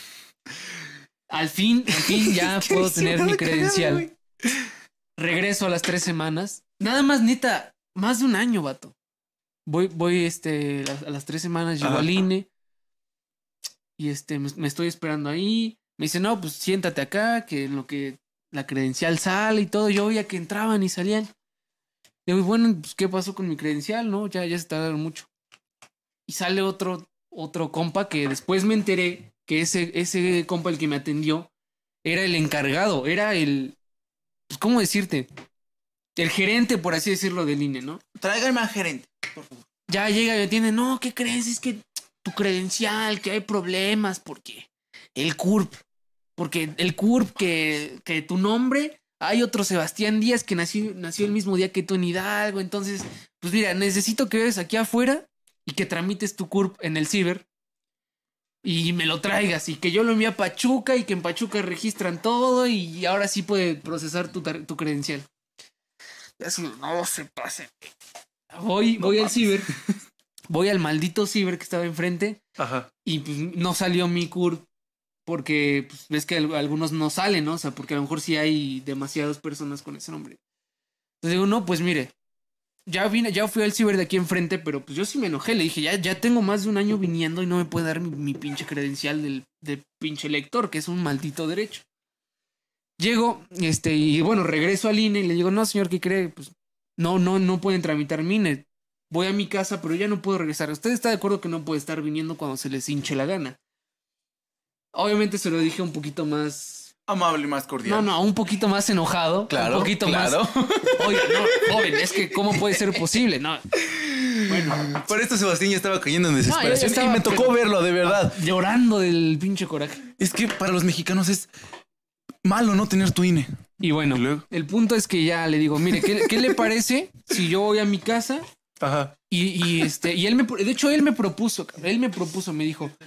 al fin, al fin ya puedo tener mi credencial. Cagado, regreso a las tres semanas. Nada más, neta. Más de un año, vato. Voy, voy, este, a las tres semanas llego al I N E. Y este, me, me estoy esperando ahí. Me dice, no, pues siéntate acá, que en lo que la credencial sale y todo. Yo oía que entraban y salían. Digo, bueno, pues, ¿qué pasó con mi credencial? No, ya, ya se tardaron mucho. Y sale otro, otro compa que después me enteré que ese, ese compa, el que me atendió, era el encargado, era el, pues, ¿cómo decirte? El gerente, por así decirlo, del I N E, ¿no? Tráigame al gerente, por favor. Ya llega y me atiende. No, ¿qué crees? Es que tu credencial, que hay problemas, porque el C U R P, porque el C U R P, que, que tu nombre, hay otro Sebastián Díaz que nació, nació el mismo día que tú en Hidalgo. Entonces, pues mira, necesito que vayas aquí afuera y que tramites tu C U R P en el ciber y me lo traigas y que yo lo envíe a Pachuca y que en Pachuca registran todo y ahora sí puede procesar tu, tu credencial. Así, no se pase. Voy, no voy mames. al ciber. Voy al maldito ciber que estaba enfrente. Ajá. Y pues no salió mi C U R P. Porque pues, ves que algunos no salen, ¿no? O sea, porque a lo mejor sí hay demasiadas personas con ese nombre. Entonces digo, no, pues mire. Ya vine, ya fui al ciber de aquí enfrente, pero pues yo sí me enojé. Le dije, ya, ya tengo más de un año viniendo y no me puede dar mi, mi pinche credencial del, del pinche lector, que es un maldito derecho. Llego, este, y bueno, regreso al I N E y le digo, no, señor, ¿qué cree? Pues no, no, no pueden tramitar mi I N E. Voy a mi casa, pero ya no puedo regresar. ¿Usted está de acuerdo que no puede estar viniendo cuando se les hinche la gana? Obviamente se lo dije un poquito más... amable, más cordial. No, no, un poquito más enojado. Claro, un poquito claro. más... Oye, no, joven, es que ¿cómo puede ser posible? No. Bueno, por esto Sebastián ya estaba cayendo en desesperación no, estaba, y me tocó pero, verlo, de verdad. Llorando del pinche coraje. Es que para los mexicanos es... malo no tener tu I N E. Y bueno, ¿Y el punto es que ya le digo, mire, ¿qué, ¿qué le parece si yo voy a mi casa? Ajá. Y, y este, y él me, de hecho, él me propuso, él me propuso, me dijo,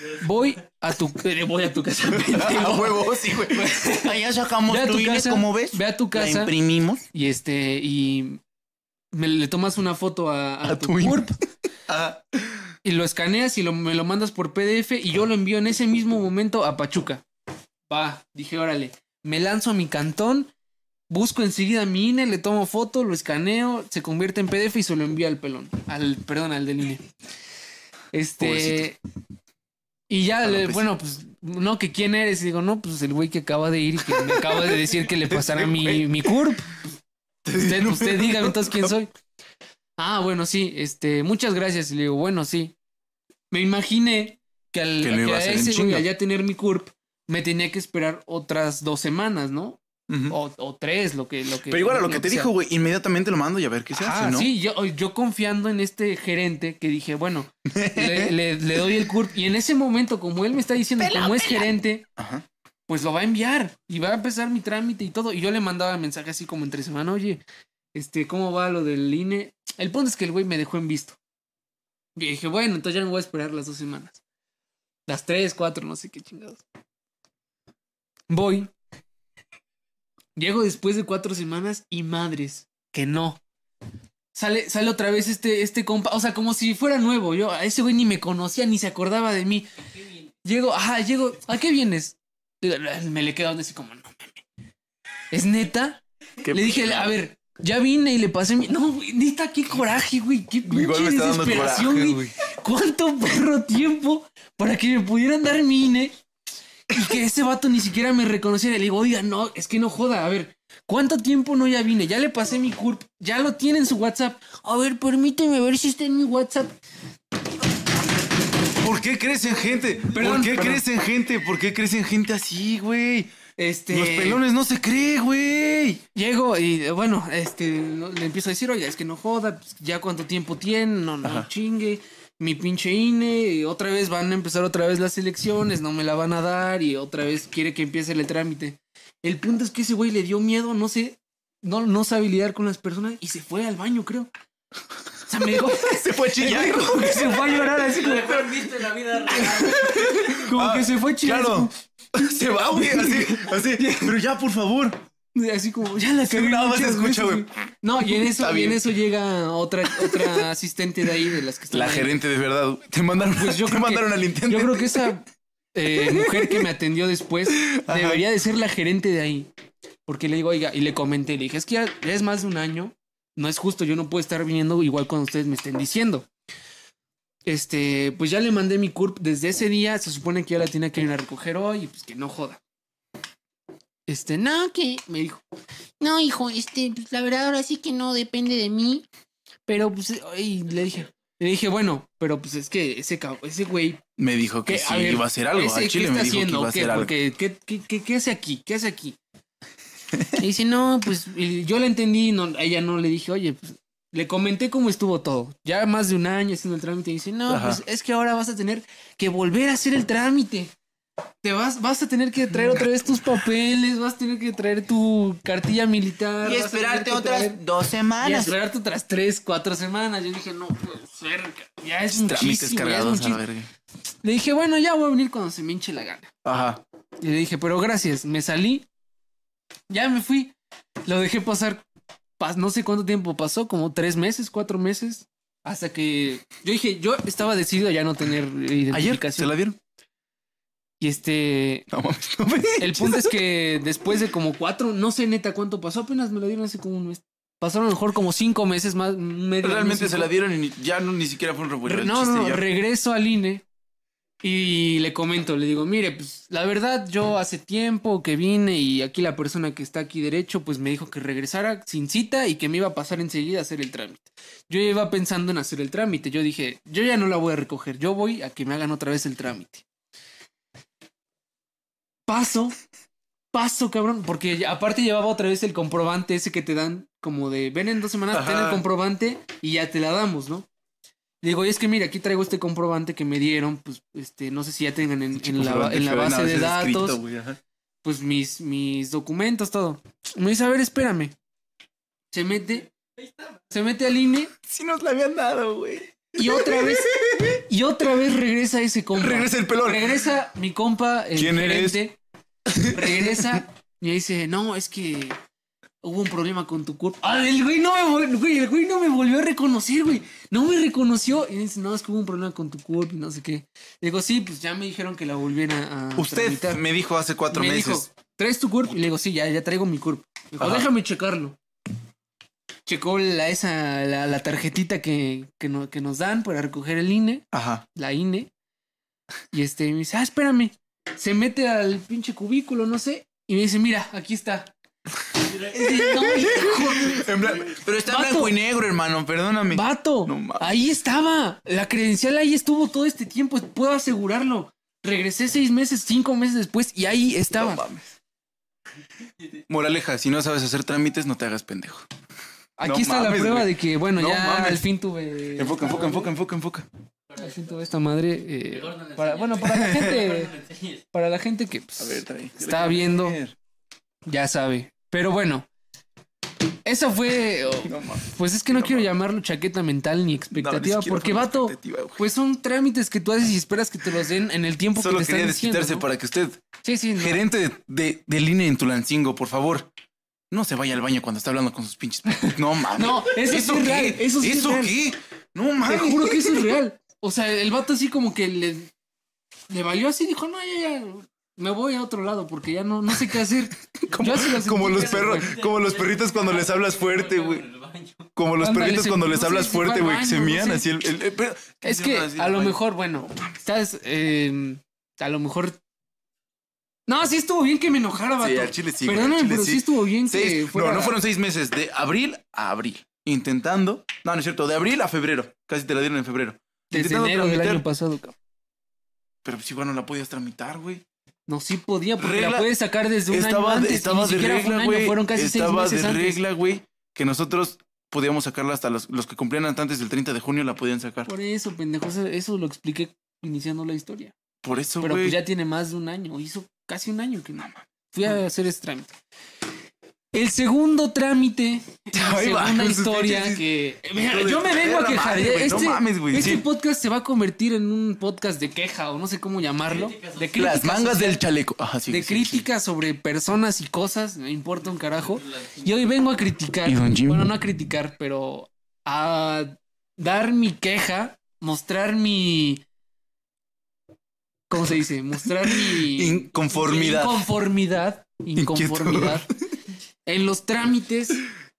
Voy a tu, voy a tu casa. A huevo, sí, güey. Allá sacamos tu I N E, ¿cómo ves? Ve a tu casa. La imprimimos. Y este, y me, le tomas una foto a, a, a tu, tu C U R P. Ah. Y lo escaneas y lo, me lo mandas por P D F y yo lo envío en ese mismo momento a Pachuca. Va, dije, órale, me lanzo a mi cantón, busco enseguida mi I N E, le tomo foto, lo escaneo, se convierte en P D F y se lo envío al pelón. Al, perdón, al del I N E. Este... Pobrecito. Y ya, le, bueno, pues, no, que quién eres. Y digo, no, pues el güey que acaba de ir y que me acaba de decir que le pasara mi, mi C U R P. Usted, usted dígame entonces quién soy. Ah, bueno, sí, este, muchas gracias. Y le digo, bueno, sí. Me imaginé que al que que a ese güey, al ya tener mi C U R P, me tenía que esperar otras dos semanas, ¿no? Uh-huh. O, o tres, lo que, lo que. Pero igual a lo, lo que te que dijo, güey, inmediatamente lo mando y a ver qué se ah, hace, ¿no? Sí, yo, yo confiando en este gerente que dije, bueno, le, le, le doy el C U R P. Y en ese momento, como él me está diciendo, pela, como pela. es gerente, ajá, pues lo va a enviar y va a empezar mi trámite y todo. Y yo le mandaba mensaje así como entre semana, oye, este, ¿cómo va lo del I N E? El punto es que el güey me dejó en visto. Y dije, bueno, entonces ya me voy a esperar las dos semanas. Las tres, cuatro, no sé qué chingados. Voy. Llego después de cuatro semanas y madres, que no. Sale, sale otra vez este, este compa, o sea, como si fuera nuevo. Yo, a ese güey ni me conocía, ni se acordaba de mí. Llego, ajá, llego, ¿a qué vienes? Me le quedo así como, no mames. ¿Es neta? Le dije, a ver, ya vine y le pasé mi... No, güey, neta, qué coraje, güey. Qué pinche desesperación, coraje, güey. ¿Cuánto perro tiempo para que me pudieran dar mi I N E? Y que ese vato ni siquiera me reconociera. Le digo, oiga, no, es que no joda. A ver, ¿cuánto tiempo no ya vine? Ya le pasé mi C U R P. Ya lo tiene en su WhatsApp. A ver, permíteme ver si está en mi WhatsApp. ¿Por qué crees en gente? Perdón, ¿Por qué perdón. crees en gente? ¿Por qué crees en gente así, güey? Este... Los pelones no se cree, güey. Llego y, bueno, este, le empiezo a decir, oiga, es que no joda. Pues, ya cuánto tiempo tiene, no, no chingue. Mi pinche I N E, y otra vez van a empezar otra vez las elecciones, no me la van a dar y otra vez quiere que empiece el trámite. El punto es que ese güey le dio miedo, no sé, no, no sabe lidiar con las personas y se fue al baño, creo. O sea, me dijo, se fue a chillar. Como que se fue a llorar así como mejor visto en la vida real. Como ah, que se fue a chillar. Claro. Se va, güey, así, así. Pero ya, por favor. Así como, ya la cagué. No, se escucha, güey. No, y en eso, y en eso llega otra, otra asistente de ahí, de las que están La ahí. gerente de verdad. Te mandaron, pues yo te mandaron que, al intendente. Yo creo que esa eh, mujer que me atendió después Ajá. debería de ser la gerente de ahí. Porque le digo, oiga, y le comenté, le dije, es que ya, ya es más de un año. No es justo, yo no puedo estar viniendo igual cuando ustedes me estén diciendo. Este, pues ya le mandé mi C U R P desde ese día. Se supone que ya la tenía que ir a recoger hoy y pues que no joda. Este, no, que me dijo, no, hijo, este, pues, la verdad ahora sí que no depende de mí. Pero pues, y le dije, le dije, bueno, pero pues es que ese ese güey me dijo que, que sí ver, iba a hacer algo. Ese, Al Chile ¿qué está me dijo haciendo? que iba a hacer ¿Qué, algo. Porque, ¿qué, qué, qué, ¿Qué hace aquí? ¿Qué hace aquí? Y dice, no, pues y yo la entendí, no, a ella no le dije, oye, pues le comenté cómo estuvo todo. Ya más de un año haciendo el trámite y dice, no, Ajá. pues es que ahora vas a tener que volver a hacer el trámite. Te vas, vas a tener que traer otra vez tus papeles, vas a tener que traer tu cartilla militar. Y esperarte otras traer, dos semanas. Y esperarte otras tres, cuatro semanas. Yo dije, no puede ser, ya es muchísimo, cargados ya es muchísimo. A la verga. Le dije, bueno, ya voy a venir cuando se me hinche la gana. Ajá. Y le dije, pero gracias, me salí. Ya me fui. Lo dejé pasar, no sé cuánto tiempo pasó, como tres meses, cuatro meses. Hasta que yo dije, yo estaba decidido a ya no tener identificación. ¿Ayer se la dieron? Y este... No, mames, no me el punto es que después de como cuatro, no sé neta cuánto pasó, apenas me lo dieron hace como un mes. Pasaron a lo mejor como cinco meses más, medio Realmente año, se la dieron y ya no ni siquiera fue un revuelo. No, no, no, regreso al I N E y le comento, le digo, mire, pues la verdad yo hace tiempo que vine y aquí la persona que está aquí derecho pues me dijo que regresara sin cita y que me iba a pasar enseguida a hacer el trámite. Yo iba pensando en hacer el trámite, yo dije, yo ya no la voy a recoger, yo voy a que me hagan otra vez el trámite. Paso, paso, cabrón, porque aparte llevaba otra vez el comprobante ese que te dan como de, ven en dos semanas, Ajá. ten el comprobante y ya te la damos, ¿no? Le digo, es que mira, aquí traigo este comprobante que me dieron, pues, este, no sé si ya tengan en, en, la, en la base de datos, escrito, wey, pues mis, mis documentos, todo. Me dice, a ver, espérame. Se mete, se mete al I N E. Si nos la habían dado, güey. Y otra vez, Y otra vez regresa ese compa. Regresa el pelón. Regresa mi compa, el ¿Quién gerente. Regresa y dice, no, es que hubo un problema con tu cuerpo. Ah, el güey no me vol- güey, el güey no me volvió a reconocer, güey. No me reconoció. Y dice, no, es que hubo un problema con tu cuerpo y no sé qué. Le digo, sí, pues ya me dijeron que la volviera a Usted tramitar. me dijo hace cuatro me meses. dijo, ¿traes tu cuerpo? Y le digo, sí, ya, ya traigo mi cuerpo. Me dijo, Ajá. déjame checarlo. Checó la, esa, la, la tarjetita que, que, no- que nos dan para recoger el I N E, Ajá. la I N E. Y este me dice, ah, espérame. Se mete al pinche cubículo, no sé. Y me dice, mira, aquí está. Es de, no, hijo. En plan- pero está en Vato. blanco y negro, hermano, perdóname. Vato, No mames. ahí estaba. La credencial ahí estuvo todo este tiempo. Puedo asegurarlo. Regresé seis meses, cinco meses después y ahí estaba. No mames. Moraleja, si no sabes hacer trámites, no te hagas pendejo. Aquí No está la mames, prueba güey. de que, bueno, No ya mames. al fin tuve. Enfoca, enfoca, enfoca, enfoca, enfoca. Al fin tuve esta madre. eh, Mejor no le para, enseñes. bueno, para la gente. Mejor no le enseñes. Para la gente que pues, A ver, trae. está viendo, ya sabe. Pero bueno, esa fue. oh, No mames. Pues es que no quiero llamarlo chaqueta mental ni expectativa, No, ni siquiera porque fue una vato, expectativa, güey. pues son trámites que tú haces y esperas que te los den en el tiempo Solo que te quería están diciendo. desquitarse ¿no? para que usted, Sí, sí, no. gerente de, de, de línea en Tulancingo, por favor, no se vaya al baño cuando está hablando con sus pinches. No mames. No, eso sí es real, eso sí es real. qué? No Te mames. juro que eso es real. O sea, el vato así como que le, le valió así, dijo, no, ya, ya, me voy a otro lado porque ya no, no sé qué hacer. Como, Yo así lo sentí. como los perros, como los perritos cuando les hablas fuerte, güey. Como los Ándale, perritos se- cuando les no sé hablas si fue fuerte, al güey, que se baño, no mían sé. así. El, el- el- pero- Es que así a al lo baño. mejor, bueno, estás, eh, a lo mejor... No, sí estuvo bien que me enojara, vato. Sí, al chile sí, güey, al Perdóname, chile pero sí. sí. estuvo bien que Seis- fuera... No, no fueron seis meses, de abril a abril. Intentando. No, no es cierto, de abril a febrero. Casi te la dieron en febrero. Desde Intentando enero del tramitar, año pasado, cabrón. Pero pues igual no la podías tramitar, güey. No, sí podía, porque Regla- la puedes sacar desde un Estaba, año de- antes. estaba y ni de siquiera fue un regla, año, güey. fueron casi seis Estaba meses de antes. regla, güey, que nosotros podíamos sacarla hasta los, los que cumplían antes del treinta de junio la podían sacar. Por eso, pendejo, eso, eso lo expliqué iniciando la historia. Por eso, Pero güey. pues ya tiene más de un año, hizo casi un año que no. Fui a hacer ese trámite. El segundo trámite, la Ahí va, segunda con sus historia pinches- que... Mira, Hijo de yo me vengo a perra quejar. madre, güey, Este, no mames, güey, este sí. podcast se va a convertir en un podcast de queja o no sé cómo llamarlo. Críticas De sociales. crítica Las mangas social, del chaleco. Ajá, sí. de sí, crítica sobre personas y cosas, me importa un carajo. Y hoy vengo a criticar, Y don Jim. bueno, no a criticar, pero a dar mi queja, mostrar mi... ¿Cómo se dice? Mostrar mi... Inconformidad. Inconformidad. Inconformidad. En los trámites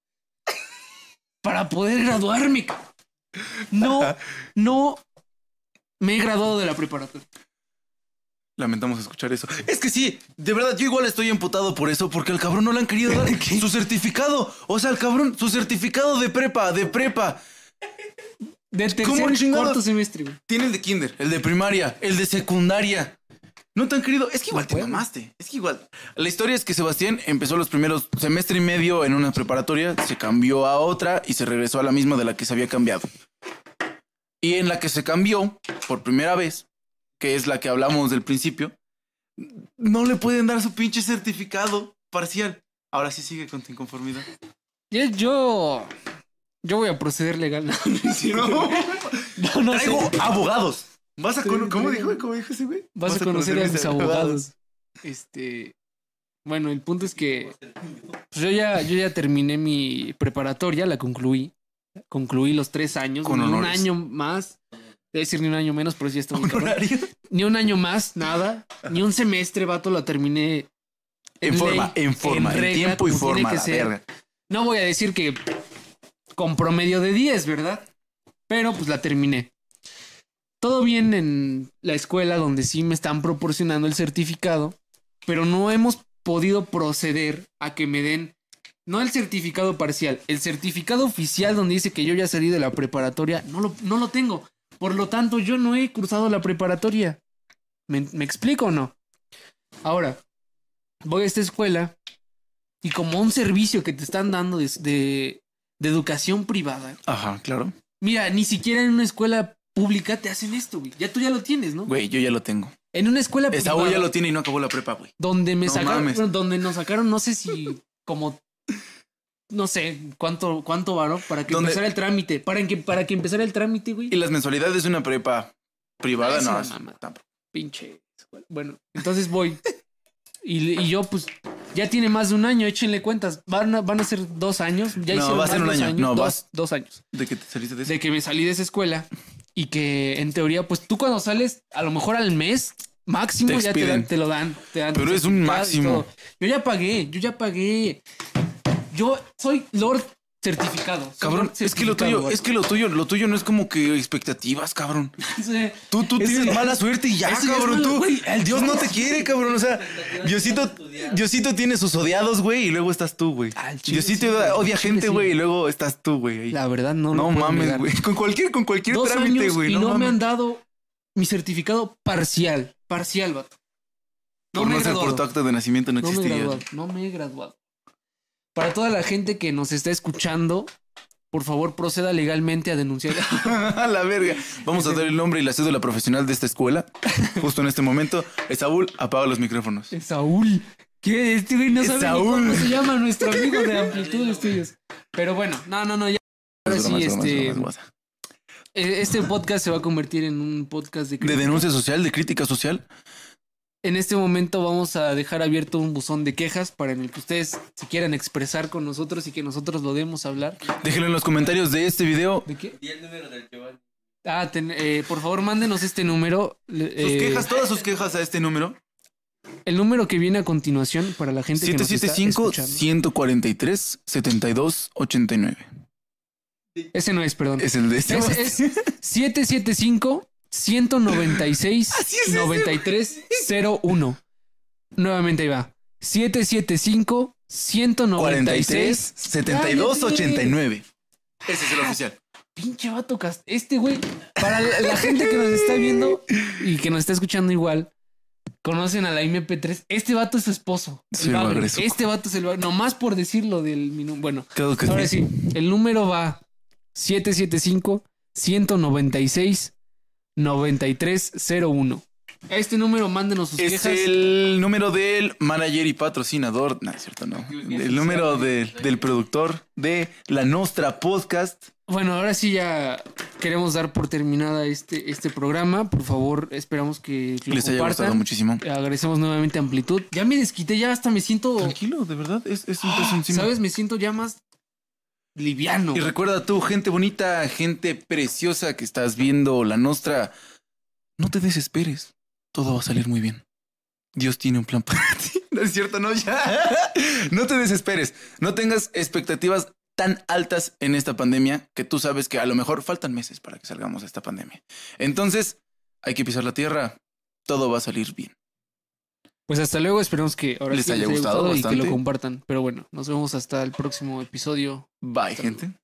para poder graduarme. cabrón. No, no me he graduado de la preparatoria. Lamentamos escuchar eso. Es que sí, de verdad, yo igual estoy emputado por eso, porque al cabrón no le han querido dar su certificado. O sea, al cabrón, su certificado de prepa, de prepa. Del ¿Cómo tercer y chingados? cuarto semestre, güey. Tiene el de kinder, el de primaria, el de secundaria. No te han querido. Es que igual No te puedo. mamaste. Es que igual. La historia es que Sebastián empezó los primeros semestre y medio en una preparatoria, se cambió a otra y se regresó a la misma de la que se había cambiado. Y en la que se cambió por primera vez, que es la que hablamos del principio, no le pueden dar su pinche certificado parcial. Ahora sí sigue con tu inconformidad. Yo, yo, yo voy a proceder legal. No, no, es cierto. No, no, no sé. traigo abogados. Vas a conocer. ¿Cómo Traigo- dijo? ¿Cómo dijo ese güey? Vas a conocer a mis mis abogados. Este, bueno, el punto es que pues yo ya, yo ya terminé mi preparatoria, la concluí. Concluí los tres años, Con ni un honores. año más. Debe decir ni un año menos, pero sí está muy cabrón. Honorario. Ni un año más, nada. Ni un semestre, vato, la terminé. En forma, ley, en forma, en regla, tiempo y como tiene forma. que La ser. verga. No voy a decir que con promedio de diez, ¿verdad? Pero pues la terminé. Todo bien en la escuela donde sí me están proporcionando el certificado, pero no hemos podido proceder a que me den, no el certificado parcial, el certificado oficial donde dice que yo ya salí de la preparatoria, no lo, no lo tengo. Por lo tanto, yo no he cursado la preparatoria. ¿Me, me explico o no? Ahora, voy a esta escuela y como un servicio que te están dando de, de, de educación privada, Ajá, claro. mira, ni siquiera en una escuela pública te hacen esto, güey. Ya tú ya lo tienes, ¿no? Güey, yo ya lo tengo. En una escuela Esa privada ya lo tiene y no acabó la prepa, güey. donde me No sacaron, mames. bueno, donde nos sacaron, no sé si como no sé cuánto cuánto varó para que ¿Dónde? empezara el trámite, para que para que empezara el trámite, güey. Y las mensualidades de una prepa Privada, Esa no. es la mamá. Pinche escuela. Bueno, entonces voy. Y, y yo, pues, ya tiene más de un año, échenle cuentas. Van a, van a ser dos años. Ya No, hicieron va a ser más un dos año. años, No, dos, vas- dos años. ¿De que te saliste de eso? De que me salí de esa escuela. Y que en teoría, pues tú cuando sales, a lo mejor al mes máximo Te ya te, expiden. dan, te lo dan. Te dan Pero tu es un certificado y máximo. todo. Yo ya pagué, yo ya pagué. Yo soy Lord certificado. soy Cabrón, Lord es que lo certificado, tuyo, vato. es que lo tuyo, lo tuyo no es como que expectativas, cabrón. Sí. Tú, tú Ese- tienes mala suerte y ya, ese ya es cabrón. malo, Tú, güey. Dios no te quiere, cabrón. O sea, Diosito, Diosito tiene sus odiados, güey, y luego estás tú, güey. Al chile Diosito sí, güey, odia al chile gente, sí. güey, y luego estás tú, güey. ahí. La verdad, no No lo puedo mames, negar. güey. Con cualquier, con cualquier Dos trámite, años güey. y No, no, me mames. han dado mi certificado parcial. Parcial, vato. Por me no he ser por graduado. tu acto de nacimiento no No me he existía. graduado. No me he graduado. Para toda la gente que nos está escuchando, por favor, proceda legalmente a denunciar. A la verga. Vamos a dar el nombre y la cédula profesional de esta escuela. Justo en este momento. Saúl, apaga los micrófonos. Saúl. ¿Qué? Este güey no Es sabe ni Saúl. cómo se llama nuestro amigo de Amplitud Estudios. Pero bueno, no, no, no. Ya. Ahora Es broma, sí, es broma, es este, broma, es broma. eh, este podcast se va a convertir en un podcast de De crítica. denuncia social, de crítica social. En este momento vamos a dejar abierto un buzón de quejas para en el que ustedes se quieran expresar con nosotros y que nosotros lo demos a hablar. Déjenlo en los comentarios de este video. ¿De qué? Di el número del Giovanni. Ah, ten- eh, por favor, mándenos este número. le- Sus eh, quejas, todas sus quejas a este número. El número que viene a continuación para la gente que siete nos siete está cinco, escuchando. uno cuatro tres, siete dos ocho nueve. Ese no es, perdón. Es el de este. Es, es siete siete cinco, uno nueve seis, Así es ese, nueve tres cero uno. Nuevamente ahí va. siete siete cinco, uno nueve cuarenta y seis. tres, setenta y dos, ochenta y nueve. Ese es el oficial. Pinche vato cast- Este güey, para la, la gente que nos está viendo y que nos está escuchando igual, conocen a la M P tres. Este vato es su esposo. el Sí, bagre. bagre, su- Este vato es el bagre. Nomás por decirlo del minuto. Bueno, Claro que ahora sí. El número va siete siete cinco, uno nueve seis, nueve tres cero uno. A este número mándenos sus Es quejas. el número del manager y patrocinador. No, es cierto, no. El número de- del productor de La Nostra Podcast. Bueno, ahora sí ya queremos dar por terminada este, este programa. Por favor, esperamos que lo Les haya gustado compartan. muchísimo. Agradecemos nuevamente a Amplitud. Ya me desquité, ya hasta me siento... Tranquilo, de verdad. Es, es un peso encima. ¿Sabes? Me siento ya más liviano. Y recuerda tú, gente bonita, gente preciosa que estás viendo La Nostra, no te desesperes. Todo va a salir muy bien. Dios tiene un plan para ti. No es cierto, no, ya. No te desesperes. No tengas expectativas tan altas en esta pandemia que tú sabes que a lo mejor faltan meses para que salgamos de esta pandemia. Entonces, hay que pisar la tierra. Todo va a salir bien. Pues hasta luego, esperemos que ahora Les sí haya gustado y que bastante. lo compartan. Pero bueno, nos vemos hasta el próximo episodio. Bye, gente.